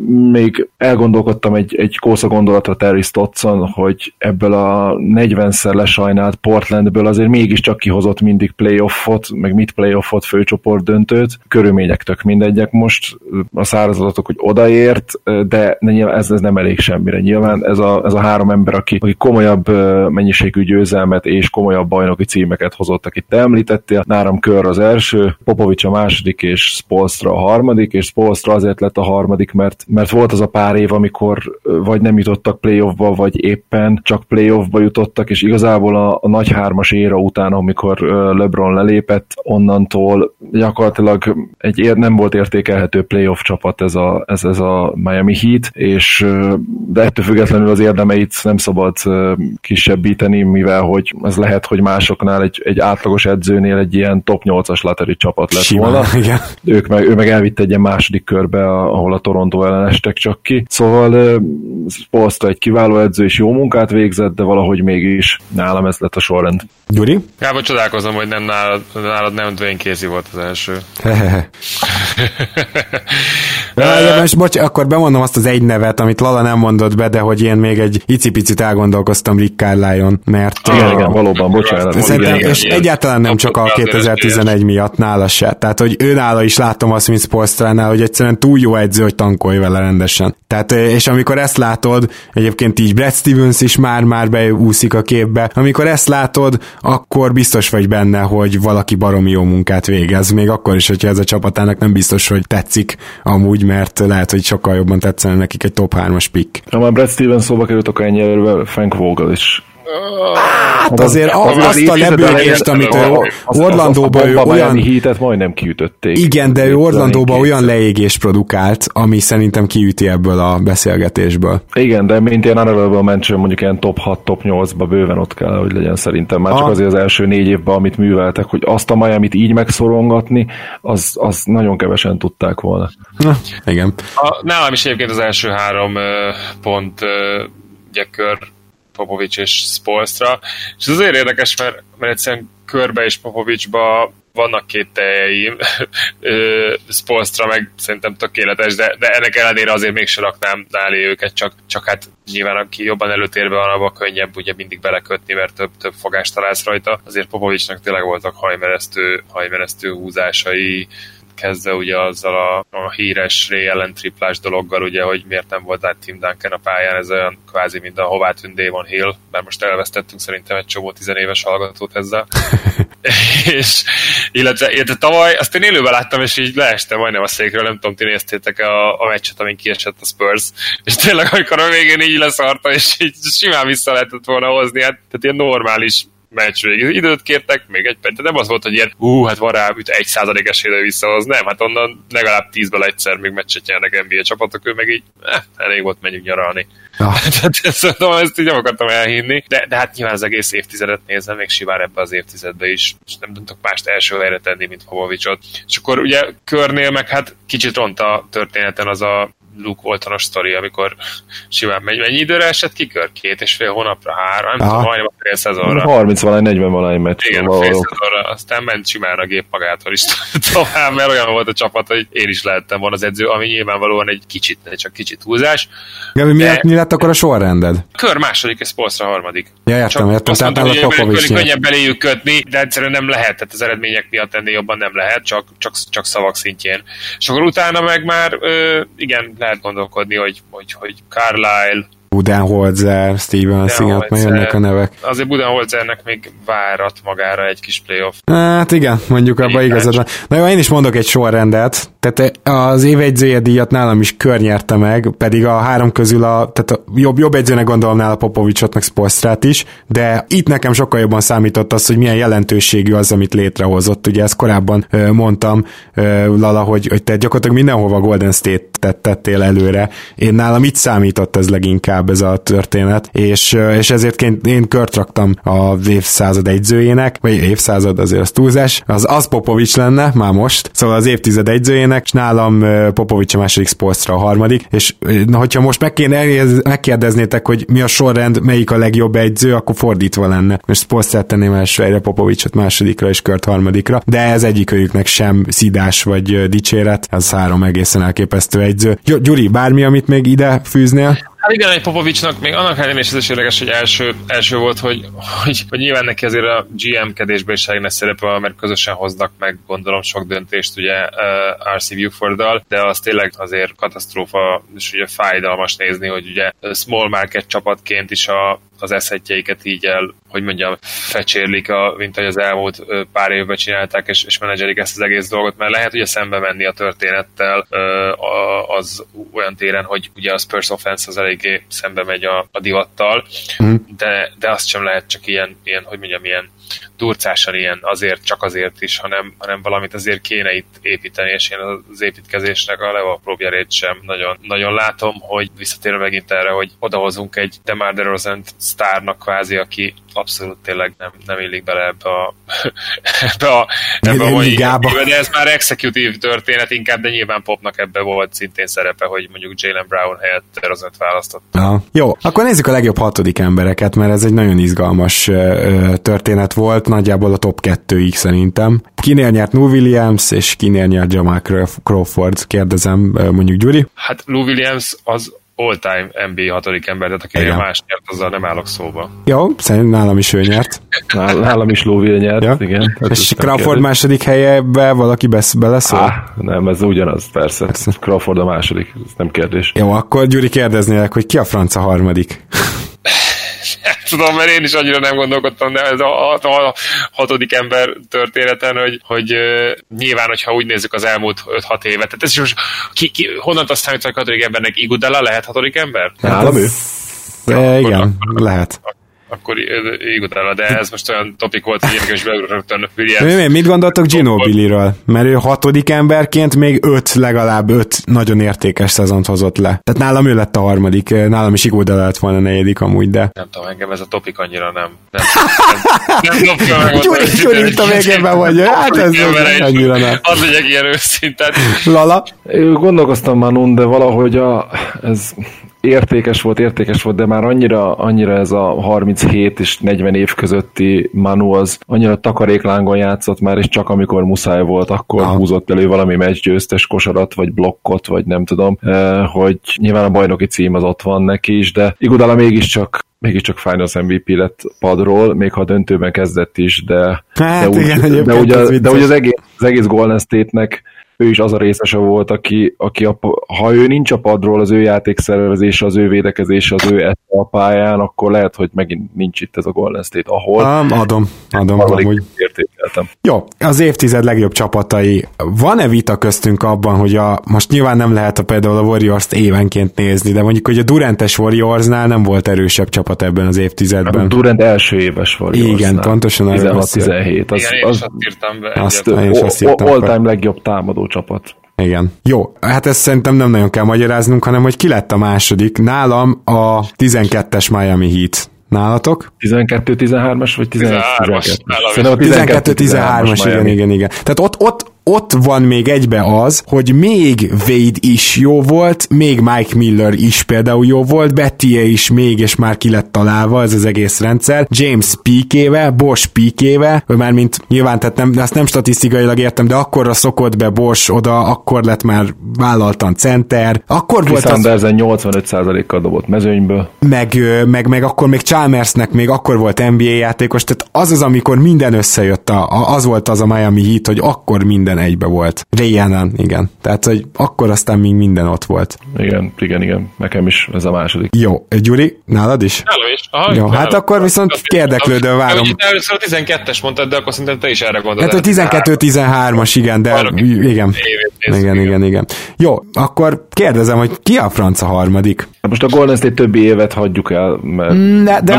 E: még elgondolkodtam egy, egy kósza gondolatra Terry Stotson, hogy ebből a negyvenszer lesajnált Portlandből azért mégiscsak kihozott mindig playoffot, meg mit playoffot, főcsoport döntőt. Körülmények tök mindegyek most, a szárazadatok, hogy odaért, de ez, ez nem elég semmire. Nyilván ez a, ez a három ember, aki, aki komolyabb mennyiségű győzelmet és komolyabb bajnoki címeket hozott, akit te említettél. Náram Kerr az első, Popovich a második, és Spoelstra a harmadik, és Spoelstra azért lett a harmadik, mert, mert volt az a pár év, amikor vagy nem jutottak playoffba, vagy éppen csak playoffba jutottak, és igazából a, a nagy hármas éra után, amikor LeBron lelépett, onnantól gyakorlatilag egy nem volt értékelhető playoff csapat ez a, ez, ez a Miami Heat, és de ettől függetlenül az érdemeit nem szabad kisebbíteni, mivel hogy ez lehet, hogy másoknál egy, egy átlagos edzőnél egy ilyen top nyolcas lottery csapat lett
D: Simán,
E: volna.
D: Igen.
E: Ők meg, ő meg elvitte egy ilyen második körbe, ahol a Toronto ellen estek csak ki. Szóval Spoelstra egy kiváló edző és jó munkát végzett, de valahogy mégis nálam ez lett a sorrend.
D: Gyuri?
F: Gábor, csodálkozom, hogy nem nálad, nálad nem Dwayne Casey volt az első.
D: Ja, most bocs, akkor bemondom azt az egy nevet, amit Lala nem mondott be, de hogy én még egy icipicit elgondolkoztam Rick Carlisle-on, mert...
E: Igen, igen, valóban, bocsánat.
D: Szerintem, és egyáltalán nem csak a kétezer-tizenegy miatt nála se. Tehát, hogy ő nála is látom azt, mint Spoelstránál, hogy egyszerűen túl jó edző, hogy tankolj vele rendesen. Tehát, és amikor ezt látod, egyébként így Brad Stevens is már-már beúszik a képbe, amikor ezt látod, akkor biztos vagy benne, hogy valaki baromi jó munkát végez, még akkor is, hogyha ez a csapatának nem biztos, hogy tetszik amúgy, mert lehet, hogy sokkal jobban tetszene nekik egy top hármas pick.
E: Ha már Brad Stevens szóba került, akkor ennyire Frank Vogel is.
D: Hát azért az, az azt a lebőgést, amit Orlandóba ő olyan...
E: hitet majdnem kiütötték.
D: Igen, de ő Orlandóba olyan leégést produkált, ami szerintem kiüti ebből a beszélgetésből.
E: Igen, de mint ilyen honorable mention, mondjuk ilyen top hat, top nyolcba bőven ott kell, hogy legyen szerintem. Már csak ah. azért az első négy évben, amit műveltek, hogy azt a Miamit így megszorongatni, az, az nagyon kevesen tudták volna.
D: Na, igen.
F: A, nálam is egyébként az első három uh, pont uh, ugye kör Popovics és Spoelstra, és ez azért érdekes, mert, mert egyszerűen Körbe és Popovicsba vannak két teljeim, Spoelstra meg szerintem tökéletes, de, de ennek ellenére azért mégsem raknám nálé őket, csak, csak hát nyilván aki jobban előtérben van, abban könnyebb ugye mindig belekötni, mert több, több fogást találsz rajta. Azért Popovicsnak tényleg voltak hajmeresztő, hajmeresztő húzásai, kezdve ugye azzal a, a híres Ray Allen triplás dologgal, ugye, hogy miért nem volt át Tim Duncan a pályán, ez olyan kvázi, mint a hová tűnt Damon Hill, mert most elvesztettünk szerintem egy csomó tizenéves hallgatót ezzel. és illetve, illetve tavaly, azt én élőben láttam, és így leestem majdnem a székről, nem tudom, ti néztétek a, a meccset, amin kiesett a Spurs, és tényleg, amikor a végén így leszarta, és így simán vissza lehetett volna hozni, hát tehát ilyen normális meccs végig. Időt kértek, még egy perc, de nem az volt, hogy ilyen, hú, hát van rá egy százalék esélyre visszahoz, nem, hát onnan legalább tízből egyszer még meccset nyernek en bé á csapatok, ő meg így, eh, elég volt, menjünk nyaralni. Ah. Szóval ezt így nem akartam elhinni, de, de hát nyilván az egész évtizedet nézem, még sivár ebbe az évtizedbe is, és nem tudok mást első helyre tenni, mint Popovicsot. És akkor ugye Körnél meg hát kicsit ront a történeten az a Luke Waltonos sztori, amikor simán megy. Mennyi időre esett ki Kör? Két és fél hónapra, három, nem tudom, majdnem a fél szezonra.
E: harminc valahány, negyven valahány meccs.
F: Igen, a fél szezonra, aztán ment simán a gép magától is tovább, mert olyan volt a csapat, hogy én is lehettem volna az edző, ami nyilvánvalóan egy kicsit, csak kicsit húzás.
D: Ja, mi, de... mi lett akkor a sorrended?
F: Kör második és Spoelstra harmadik.
D: Ja, értem, értem.
F: Azt mondtam, hogy Popovics könnyebb beléjük kötni, de egyszerűen nem lehet, tehát az eredmények miatt ennél jobban nem lehet, csak, csak, csak szavak szintjén. És akkor utána meg már, ö, igen, lehet gondolkodni, hogy, hogy, hogy Carlisle,
D: Budenholzer, Stevens, igen, meg jönnek a nevek.
F: Azért Budenholzernek még várat magára egy kis playoff.
D: Hát igen, mondjuk abban igazad van. Na jó, én is mondok egy sorrendet. Tehát az év edzője díjat nálam is Kör nyerte meg, pedig a három közül a, tehát a jobb, jobb edzőnek gondolom nála Popovicsot, meg Spoelstrát is, de itt nekem sokkal jobban számított az, hogy milyen jelentőségű az, amit létrehozott. Ugye ezt korábban ö, mondtam, ö, Lala, hogy, hogy te gyakorlatilag mindenhova Golden State-et tettél előre. Én nálam itt számított ez leginkább ez a történet, és, és ezért én Kört raktam az évszázad egyzőjének, vagy évszázad azért az túlzás, az, az Popovics lenne, már most, szóval az évtized egyzőjének, és nálam Popovics a második, Spoelstra a harmadik, és na, hogyha most meg kéne, megkérdeznétek, hogy mi a sorrend, melyik a legjobb egyző, akkor fordítva lenne. Most Spoelstrát tenném első helyre, Popovicsot másodikra, és Kört harmadikra, de ez egyikőjüknek sem szidás vagy dicséret, ez három egészen elképesztő egyző. Gyuri, bármi, amit még ide fűznél?
F: Hát igen, egy Popovicsnak még annak ellenére is ez is érdekes, hogy első, első volt, hogy, hogy, hogy nyilván neki azért a gé em-kedésben is elég szerepe, mert közösen hoznak meg, gondolom, sok döntést ugye uh, er cé Bufforddal, de az tényleg azért katasztrófa, és ugye fájdalmas nézni, hogy ugye small market csapatként is a az eszetjeiket így el, hogy mondjam, fecsérlik, a, mint ahogy az elmúlt pár évben csinálták, és, és menedzselik ezt az egész dolgot, mert lehet ugye szembe menni a történettel az olyan téren, hogy ugye a Spurs offense az eléggé szembe megy a, a divattal, mm. de, de azt sem lehet csak ilyen, ilyen, hogy mondjam, ilyen durcásan ilyen azért, csak azért is, hanem, hanem valamit azért kéne itt építeni, és én az építkezésnek a legapróbbját sem nagyon, nagyon látom, hogy visszatérve megint erre, hogy odahozunk egy DeMar DeRozan sztárnak kvázi, aki abszolút tényleg nem, nem illik bele ebbe a, ebbe a, ebbe a mai
D: ligába.
F: De ez már executive történet inkább, de nyilván Popnak ebbe volt szintén szerepe, hogy mondjuk Jaylen Brown helyett DeRozant választott.
D: Ja. Jó, akkor nézzük a legjobb hatodik embereket, mert ez egy nagyon izgalmas ö, történet volt, nagyjából a top kettőig szerintem. Kinél nyert Lou Williams, és kinél nyert Jamal Crawford, kérdezem mondjuk Gyuri.
F: Hát Lou Williams az all-time en bé á hatodik ember, tehát aki más nyert, azzal nem állok szóba.
D: Jó, szerintem nálam is ő nyert.
E: Nálam is Lou Will nyert, ja. Igen. Hát
D: és Crawford második helyebe valaki besz- beleszól?
E: Ah, nem, ez ugyanaz, persze. persze. Crawford a második, ez nem kérdés.
D: Jó, akkor Gyuri kérdeznélek, hogy ki a franc a harmadik?
F: Tudom, mert én is annyira nem gondolkodtam, de ez a, a, a hatodik ember történeten, hogy, hogy uh, nyilván, hogyha úgy nézzük az elmúlt öt-hat évet, tehát ez is most, ki, ki, honnan azt számít, hogy a hatodik embernek Iguodala lehet hatodik ember?
E: Nálam ő?
D: De igen, lehet.
F: Akkor Iguodala, de ez most olyan topik volt, hogy én is beugrottam Williams.
D: Mit gondoltok Ginobili-ről? Mert ő hatodik emberként még öt, legalább öt nagyon értékes szezont hozott le. Tehát nálam ő lett a harmadik, nálam is Iguodala lett volna a negyedik amúgy, de...
F: Nem tudom, engem ez a topik annyira nem. Nem, nem, nem dobja meg.
D: Gyuri itt a végében vagy, hát ez annyira nem.
F: Az legyek ilyen őszintén.
D: Lala?
E: Gondolkoztam Manun, de valahogy a, ez... értékes volt, értékes volt, de már annyira, annyira ez a harminchét és negyven év közötti Manu az annyira takaréklángon játszott már, és csak amikor muszáj volt, akkor Aha. húzott elő valami meccsgyőztes kosarat, vagy blokkot, vagy nem tudom, hogy nyilván a bajnoki cím az ott van neki is, de Iguodala mégiscsak mégiscsak Finals em vé pé lett padról, még ha döntőben kezdett is, de,
D: hát,
E: de, úgy,
D: igen,
E: de, úgy, a, de úgy az egész, az egész Golden State-nek ő is az a részese volt, aki, aki a, ha ő nincs a padról, az ő játékszervezése, az ő védekezése, az ő esze a pályán, akkor lehet, hogy megint nincs itt ez a Golden State, ahol...
D: Um, adom, adom. Amúgy.
E: Értékeltem.
D: Jó, az évtized legjobb csapatai. Van-e vita köztünk abban, hogy a, most nyilván nem lehet a például a Warriors-t évenként nézni, de mondjuk, hogy a Durantes Warriorsnál nem volt erősebb csapat ebben az évtizedben. A
E: Durant első éves Warriorsnál.
D: Igen, pontosan arra
E: tizenhat tizenhét. Az,
F: igen, én is azt írtam be.
D: Azt, én is azt írtam
E: all-time legjobb támadó csapat.
D: Igen. Jó, hát ezt szerintem nem nagyon kell magyaráznunk, hanem hogy ki lett a második. Nálam a tizenkettes Miami Heat. Nálatok?
E: tizenkettő tizenhármas vagy tizenkettő tizenkettő?
D: Szerintem a tizenkettő tizenhármas, igen, igen, igen. Tehát ott, ott ott van még egybe az, hogy még Wade is jó volt, még Mike Miller is például jó volt, Bettie is még, és már ki lett találva ez az egész rendszer, James Peakével, Bosh Peakével, vagy már mint nyilván, tehát nem, ezt nem statisztikailag értem, de akkorra szokott be Bosh oda, akkor lett már vállaltan center, akkor
E: Chris
D: volt az...
E: Andersen nyolcvanöt százalékkal dobott mezőnyből.
D: Meg, meg, meg akkor még Chalmersnek még akkor volt en bé á játékos, tehát az az, amikor minden összejött, a, az volt az a Miami Heat, hogy akkor minden egybe volt. Ray Allen, igen. Tehát, hogy akkor aztán még minden ott volt.
E: Igen, igen, igen. Nekem is ez a második.
D: Jó. Gyuri, nálad is?
F: Nálam is. Aha,
D: jó,
F: nálam.
D: hát akkor viszont érdeklődő várom.
F: Először a tizenkettes mondtad, de akkor szerintem te is erre gondolod.
D: Hát a tizenkettő tizenhármas, igen, de igen. Igen, igen, igen. Jó, akkor kérdezem, hogy ki a franca harmadik?
E: Most a Golden State többi évet hagyjuk el, mert...
D: Ne, de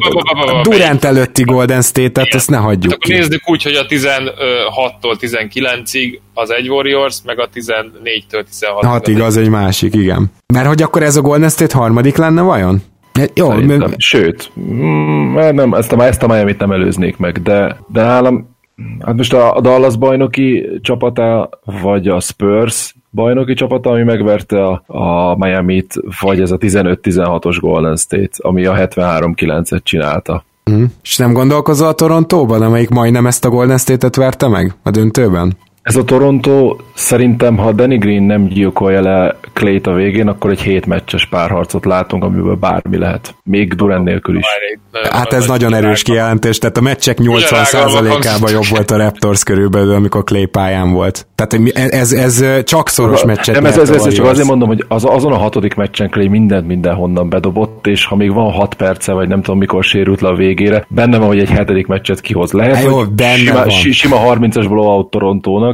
D: a Durant előtti Golden State-et, ezt ne hagyjuk
F: ki. Akkor nézzük úgy, hogy a tizenhattól tizenkilencig az egy Warriors, meg a tizennégytől tizenhatig.
D: hatig az egy másik, igen. Mert hogy akkor ez a Golden State harmadik lenne vajon?
E: Jó, m- Sőt, mert nem, ezt a, ezt a Miami-t nem előznék meg, de, de nálam hát most a, a Dallas bajnoki csapata, vagy a Spurs bajnoki csapata, ami megverte a, a Miami-t, vagy ez a tizenöt tizenhatos Golden State, ami a hetvenhárom kilencet csinálta.
D: Mm. És nem gondolkozol a Torontóban, amelyik majdnem ezt a Golden State-et verte meg a döntőben?
E: Ez a Toronto szerintem, ha Danny Green nem gyilkolja le Clayt a végén, akkor egy hét meccses párharcot látunk, amiből bármi lehet. Még Durant nélkül is.
D: Hát ez nagyon erős kijelentés, tehát a meccsek nyolcvan százalékában jobb volt a Raptors körülbelül, amikor Clay pályán volt. Tehát ez, ez csak szoros meccset.
E: Nem, ez, ez, ez csak azért mondom, hogy az, azon a hatodik meccsen Clay mindent mindenhonnan bedobott, és ha még van hat perce, vagy nem tudom mikor sérült le a végére, benne van, hogy egy hetedik meccset kihoz. Lehet,
D: jó,
E: hogy sima, sima harmincas blowout Torontónak,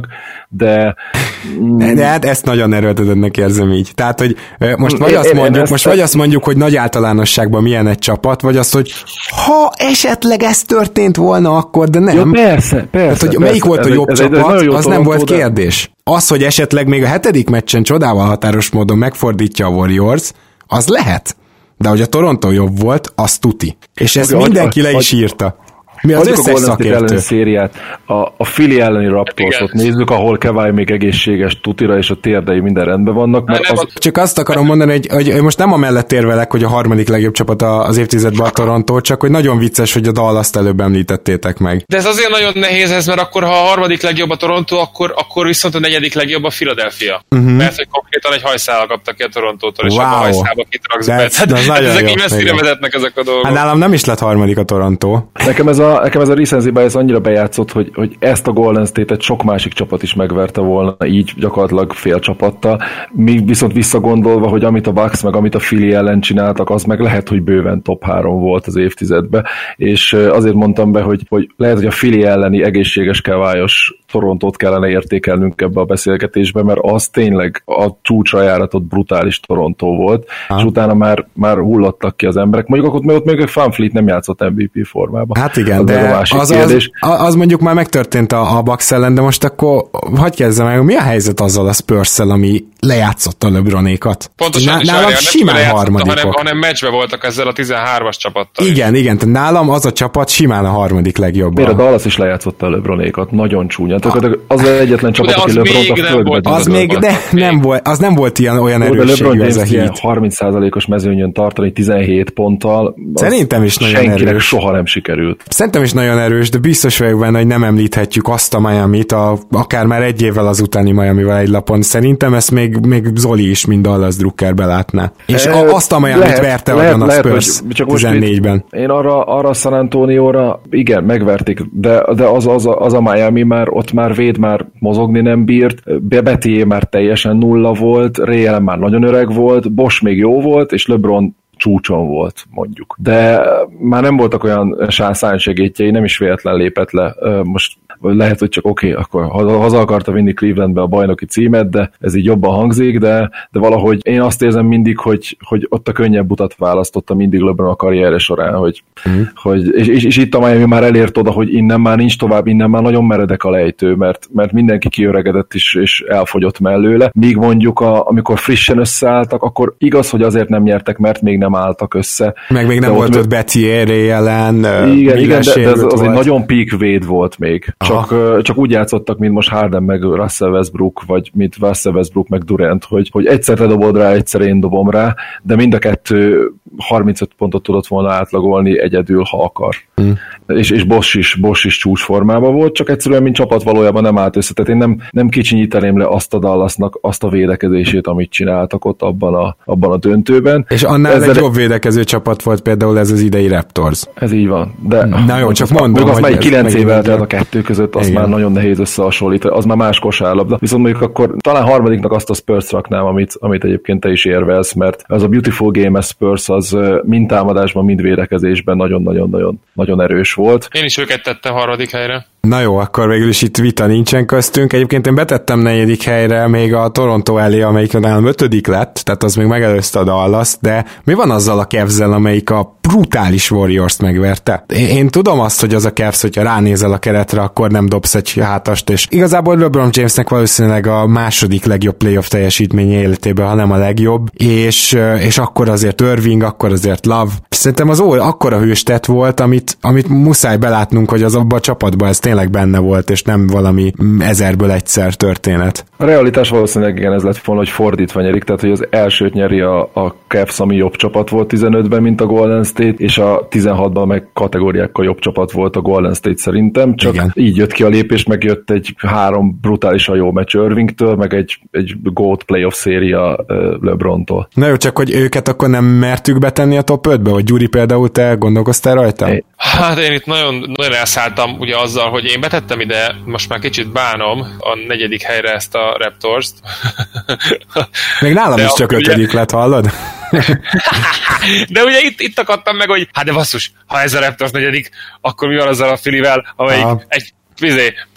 E: vannak, de...
D: De, de hát ezt nagyon erőltetednek érzem így. Tehát, hogy most vagy, azt mondjuk, most vagy azt mondjuk, hogy nagy általánosságban milyen egy csapat, vagy azt, hogy ha esetleg ez történt volna, akkor, de nem.
E: Ja, persze, persze.
D: Tehát, hogy
E: persze.
D: melyik volt
E: ez
D: a jobb
E: egy,
D: csapat,
E: egy
D: az nem volt
E: de...
D: kérdés. Az, hogy esetleg még a hetedik meccsen csodával határos módon megfordítja a Warriors, az lehet. De hogy a Toronto jobb volt, az tuti. És ezt okay, mindenki le is írta. Mi az
E: Hagyjuk
D: összes
E: a
D: szakértő?
E: elleni szériát, a, a Philly elleni Raptorsot nézzük, ahol Kawhi még egészséges tutira, és a térdei minden rendben vannak. Mert az...
D: Csak azt akarom mondani, hogy, hogy most nem amellett érvelek, hogy a harmadik legjobb csapat az évtizedben a Toronto, csak hogy nagyon vicces, hogy a Dallas-t előbb említettétek meg.
F: De ez azért nagyon nehéz ez, mert akkor ha a harmadik legjobb a Toronto, akkor, akkor viszont a negyedik legjobb a Philadelphia. Uh-huh. Mert hogy konkrétan egy hajszállal kaptak ki a Torontótól, és wow. abban a hajszálba kitraksz be. Hát, hát ezek így messzire vezetnek ezek a dolgok.
D: Hát nálam nem is lett harmadik a Toronto.
E: Nekem ez a, nekem ez a recency bias annyira bejátszott, hogy, hogy ezt a Golden State-et sok másik csapat is megverte volna, így gyakorlatilag fél csapattal. Mi viszont visszagondolva, hogy amit a Bucks meg amit a Philly ellen csináltak, az meg lehet, hogy bőven top három volt az évtizedben, és azért mondtam be, hogy, hogy lehet, hogy a Philly elleni egészséges Kawhi-os Torontót kellene értékelnünk ebbe a beszélgetésbe, mert az tényleg a csúcsra járatott brutális Torontó volt, ha. És utána már, már hullottak ki az emberek. Mondjuk akkor ott még a Van Fleet nem játszott em vé pé formában.
D: Hát igen, az de az, az, az mondjuk már megtörtént a, a Bucks ellen, de most akkor hagyj kezdem meg, mi a helyzet azzal a Spurs-szel, ami lejátszotta a LeBronékat?
F: Pontosan,
D: Ná, nálam simán harmadikok.
F: Hanem, hanem meccsbe voltak ezzel a tizenhármas csapattal.
D: Igen, igen, tehát nálam az a csapat simán a harmadik legjobb.
E: Miért a Dallas is lejátszotta a LeBronékat? Nagyon csúnya. Tehát az az egyetlen csapat, aki LeBront a földbe.
D: Az még, de nem volt, az nem volt ilyen olyan erősségű ez a hit.
E: harminc százalékos mezőnyön tartani tizenhét ponttal.
D: Szerintem is nagyon
E: senkinek
D: erős.
E: Soha nem sikerült.
D: Szerintem is nagyon erős, de biztos vagyok benne, hogy nem említhetjük azt a Miamit, a, akár már egy évvel az utáni Miamival egy lapon. Szerintem ezt még, még Zoli is, mint Dallas Drucker belátná. És e, azt a Miamit lehet, verte lehet, a Spurs tizennégyben.
E: Én arra, arra San Antonióra, igen, megverték, de, de az, az, az a Miami már, ott már Véd már mozogni nem bírt, Betié már teljesen nulla volt, Ray Allen már nagyon öreg volt, Bosch még jó volt, és LeBron csúcson volt, mondjuk. De már nem voltak olyan szárnysegétjei, nem is véletlen lépett le. Most lehet, hogy csak oké, okay, akkor haza akarta vinni Clevelandbe a bajnoki címet, de ez így jobban hangzik, de, de valahogy én azt érzem mindig, hogy, hogy ott a könnyebb utat választotta mindig LeBron a karrierje során, hogy, mm. hogy és, és, és itt a Miami már elért oda, hogy innen már nincs tovább, innen már nagyon meredek a lejtő, mert, mert mindenki kiöregedett is, és elfogyott mellőle. Míg mondjuk, a, amikor frissen összeálltak, akkor igaz, hogy azért nem nyertek, mert még nem álltak össze.
D: Meg még nem de volt ott Betié, Ray Allen,
E: igen, igen, de, de ez az egy nagyon peak Wade volt még. Csak, csak úgy játszottak, mint most Harden meg Russell Westbrook, vagy mint Russell Westbrook meg Durant, hogy, hogy egyszer te dobod rá, egyszer én dobom rá, de mind a kettő harmincöt pontot tudott volna átlagolni egyedül, ha akar. Hmm. És, és Bosch is, Bosch is csúcsformában volt, csak egyszerűen, mint csapat valójában nem állt össze. Tehát én nem, nem kicsinyíteném le azt a Dallasnak azt a védekezését, amit csináltak ott abban a, abban a döntőben.
D: És annál Ezzel egy jobb védekező csapat volt például ez az idei Raptors.
E: Ez így van. De
D: na jó, csak mondom,
E: hogy az kilenc évvel telt a kettő között, az igen. Már nagyon nehéz összehasonlítani, az már más kosárlabda. Viszont mondjuk akkor talán harmadiknak azt a Spurs raknám, amit, amit egyébként te is érvelsz, mert az a Beautiful Game Spurs az mind támadásban, mind védekezésben nagyon-nagyon-nagyon nagyon erős volt.
F: Én is őket tettem harmadik helyre.
D: Na jó, akkor végül is itt vita nincsen köztünk. Egyébként én betettem negyedik helyre még a Toronto elé, amelyik nálam ötödik lett, tehát az még megelőzte a Dallas, de mi van azzal a Cavs-zel, amelyik a brutális Warriors-t megverte? Én, én tudom azt, hogy az a Cavs, hogyha ránézel a keretre, akkor nem dobsz egy hátast, és igazából LeBron Jamesnek valószínűleg a második legjobb playoff teljesítménye életében, ha nem a legjobb, és, és akkor azért Irving, akkor azért Love. Szerintem az ó, akkora hőstet volt, amit, amit muszáj belátnunk, hogy az abban a csapatban ez tényleg benne volt, és nem valami ezerből egyszer történet.
E: A realitás valószínűleg igen, ez lett volna, hogy fordítva nyerik, tehát hogy az elsőt nyeri a, a Cavs, ami jobb csapat volt tizenötben, mint a Golden State, és a tizenhatban meg kategóriákkal jobb csapat volt a Golden State szerintem, csak igen. Így jött ki a lépés, meg jött egy három brutálisan jó meccs Irvingtől, meg egy, egy GOAT playoff széria LeBrontól.
D: Na jó, csak hogy őket akkor nem mertük betenni a top ötbe, vagy Gyuri például te gondolkoztál rajta?
F: É. Hát én itt nagyon, nagyon elszálltam ugye azzal, hogy én betettem ide, most már kicsit bánom a negyedik helyre ezt a Raptors-t.
D: Még nálam de is csak ugye... ötödik lett, hallod?
F: De ugye itt, itt akadtam meg, hogy hát de basszus, ha ez a Raptors negyedik, akkor mi van azzal a Phillyvel, amelyik ah. egy vizé, pár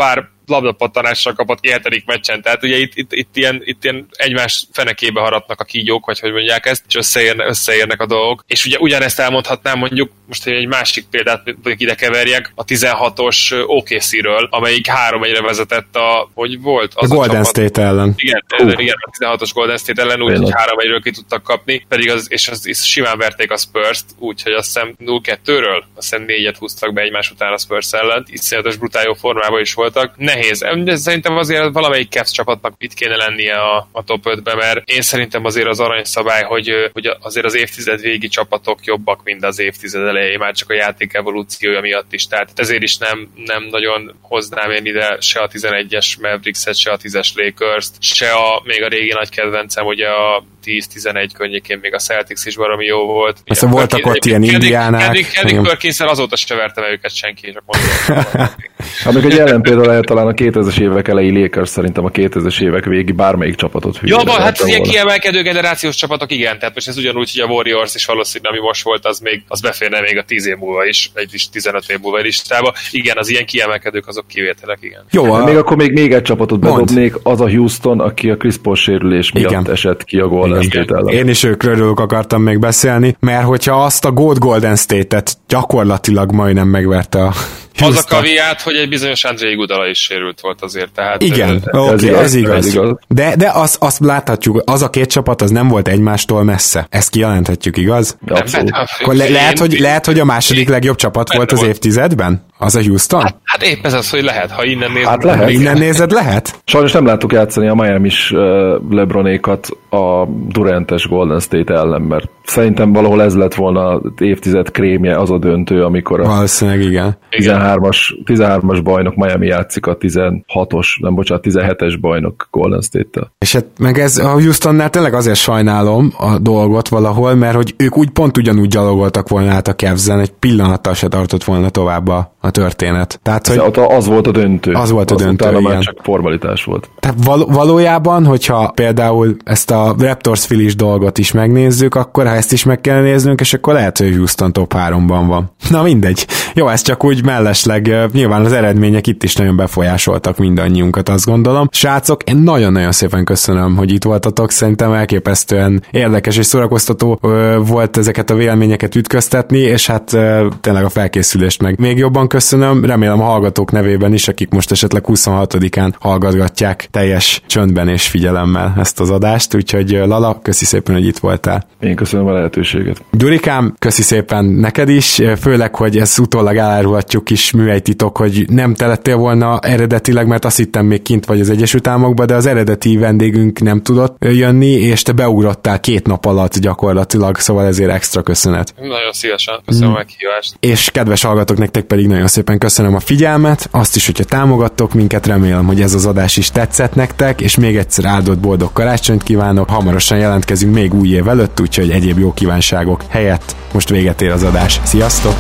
F: labdapattanással kapott ki hetedik meccsen. Tehát ugye itt, itt, itt, ilyen, itt ilyen egymás fenekébe haratnak a kígyók, vagy hogy mondják ezt, és összeérne, összeérnek a dolgok. És ugye ugyanezt elmondhatnám mondjuk, most egy másik példát ide keverjek, a tizenhatos o ká cé-ről, amelyik három egyre vezetett a, hogy volt? Az
D: a Golden
F: a
D: State ellen.
F: Igen, uh. igen, a tizenhatos Golden State ellen, úgyhogy három egyről ki tudtak kapni, pedig az, és az, és simán verték a Spurs-t, úgyhogy azt hiszem nulla kettőről, azt hiszem négyet húztak be egymás után a Spurs ellen, iszonyatos brutál jó formában is voltak. Nehéz. De szerintem azért valamelyik Cavs csapatnak itt kéne lennie a, a top ötbe, mert én szerintem azért az aranyszabály, hogy, hogy azért az évtized végi csapatok jobbak, mint az évtized elején, már csak a játék evolúciója miatt is. Tehát ezért is nem, nem nagyon hoznám én ide se a tizenegyes Mavericks-et, se a tízes Lakers-t, se a még a régi nagy kedvencem, ugye a tíz-tizenegy környékén még a Celtics is baromi jó volt.
D: Persze voltak ott ilyen indiánák.
F: Kendrick Perkins-szel azóta se verte meg őket senki, csak mondom.
E: Amíg egy ellenpélda lehet talán a kétezres évek elejé Lakers, szerintem a kétezres évek végi bármelyik csapatot hűl.
F: Ja, hát az ilyen kiemelkedő generációs csapatok, igen, tehát most ez ugyanúgy, hogy a Warriors is valószínűleg, ami most volt, az még az beférne még a tíz év múlva is, egy is tizenöt év múlva listába. Igen, az ilyen kiemelkedők azok kivételek, igen.
E: Jó, a... még akkor még, még egy csapatot bedobnék, az a Houston, aki a Chris Paul sérülés miatt igen. esett ki a Golden State ellen.
D: Én is őkről akartam még beszélni, mert hogyha azt a Gold Golden State-et gyakorlatilag majdnem megverte a
F: Houston. Az a kaviát, hogy egy bizonyos Andrei Iguodala is sérült volt azért. Tehát
D: igen,
F: ö,
D: okay, ez, igaz, ez igaz. Ez igaz. De, de azt, azt láthatjuk, az a két csapat az nem volt egymástól messze. Ezt kijelenthetjük, igaz?
F: Nem,
D: Akkor le, lehet, hogy, lehet, hogy a második legjobb csapat volt az évtizedben? Az a Houston?
F: Hát, hát épp ez az, hogy lehet, ha innen nézed.
E: Hát lehet.
D: Innen nézed, lehet?
E: Sajnos nem láttuk játszani a Miami-s uh, LeBronékat a Durantes Golden State ellen, mert szerintem valahol ez lett volna az évtized krémje, az a döntő, amikor a
D: valószínűleg igen.
E: tizenhármas, tizenhármas bajnok Miami játszik a tizenhatos, nem bocsánat, tizenhetes bajnok Golden State-tel.
D: És hát meg ez a Houstonnál tényleg azért sajnálom a dolgot valahol, mert hogy ők úgy pont ugyanúgy gyalogoltak volna át a Cavs-en, egy pillanattal se tartott volna tovább a, a történet. Tehát, hogy
E: az volt a döntő.
D: Az volt a az döntő, igen.
E: Már csak formalitás volt.
D: Tehát val- valójában, hogyha például ezt a Raptors-Phillies dolgot is megnézzük, akkor ha ezt is meg kell néznünk, és akkor lehet, hogy Houston top háromban van. Na mindegy. Jó, ez csak úgy mellesleg, nyilván az eredmények itt is nagyon befolyásoltak mindannyiunkat, azt gondolom. Srácok, én nagyon-nagyon szépen köszönöm, hogy itt voltatok, szerintem elképesztően érdekes és szórakoztató volt ezeket a véleményeket ütköztetni, és hát tényleg a felkészülést meg még jobban köszönöm, remélem a hallgatók nevében is, akik most esetleg huszonhatodikán hallgatgatják teljes csöndben és figyelemmel ezt az adást, úgyhogy Lala, köszi szépen, hogy itt voltál.
E: Én köszönöm a lehetőséget.
D: Gyurikám, köszi szépen neked is, főleg, hogy ezt utólag elárulhatjuk kis műhelytitok, hogy nem te lettél volna eredetileg, mert azt hittem még kint vagy az Egyesült Államokban, de az eredeti vendégünk nem tudott jönni, és te beugrottál két nap alatt gyakorlatilag, szóval ezért extra köszönet.
F: Nagyon szívesen, köszönöm mm. a meghívást.
D: És kedves hallgatók, nektek pedig nagyon szépen köszönöm a figyelmet, azt is, hogyha támogattok minket, remélem, hogy ez az adás is tetszett nektek, és még egyszer áldott boldog karácsonyt kívánok, hamarosan jelentkezünk még új év előtt, úgyhogy egyéb jó kívánságok helyett most véget ér az adás. Sziasztok!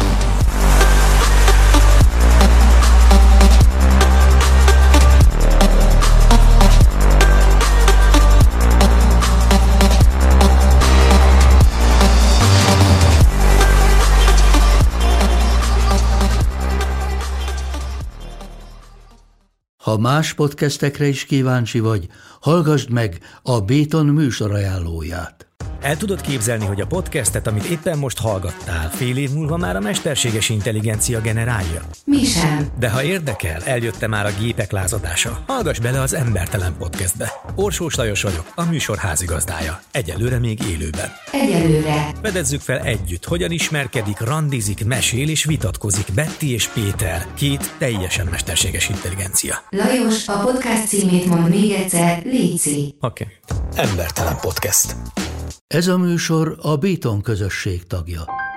G: Ha más podcastekre is kíváncsi vagy, hallgassd meg a Béton műsor ajánlóját.
H: El tudod képzelni, hogy a podcastet, amit éppen most hallgattál, fél év múlva már a mesterséges intelligencia generálja?
I: Mi sem.
H: De ha érdekel, eljött már a gépek lázadása. Hallgass bele az Embertelen podcastbe. Orsós Lajos vagyok, a műsor házigazdája. Egyelőre még élőben.
I: Egyelőre.
H: Fedezzük fel együtt, hogyan ismerkedik, randizik, mesél és vitatkozik Betty és Péter, két teljesen mesterséges intelligencia.
I: Lajos, a podcast címét mond még egyszer, léci.
H: Oké. Okay. Embertelen podcast.
G: Ez a műsor a Béton közösség tagja.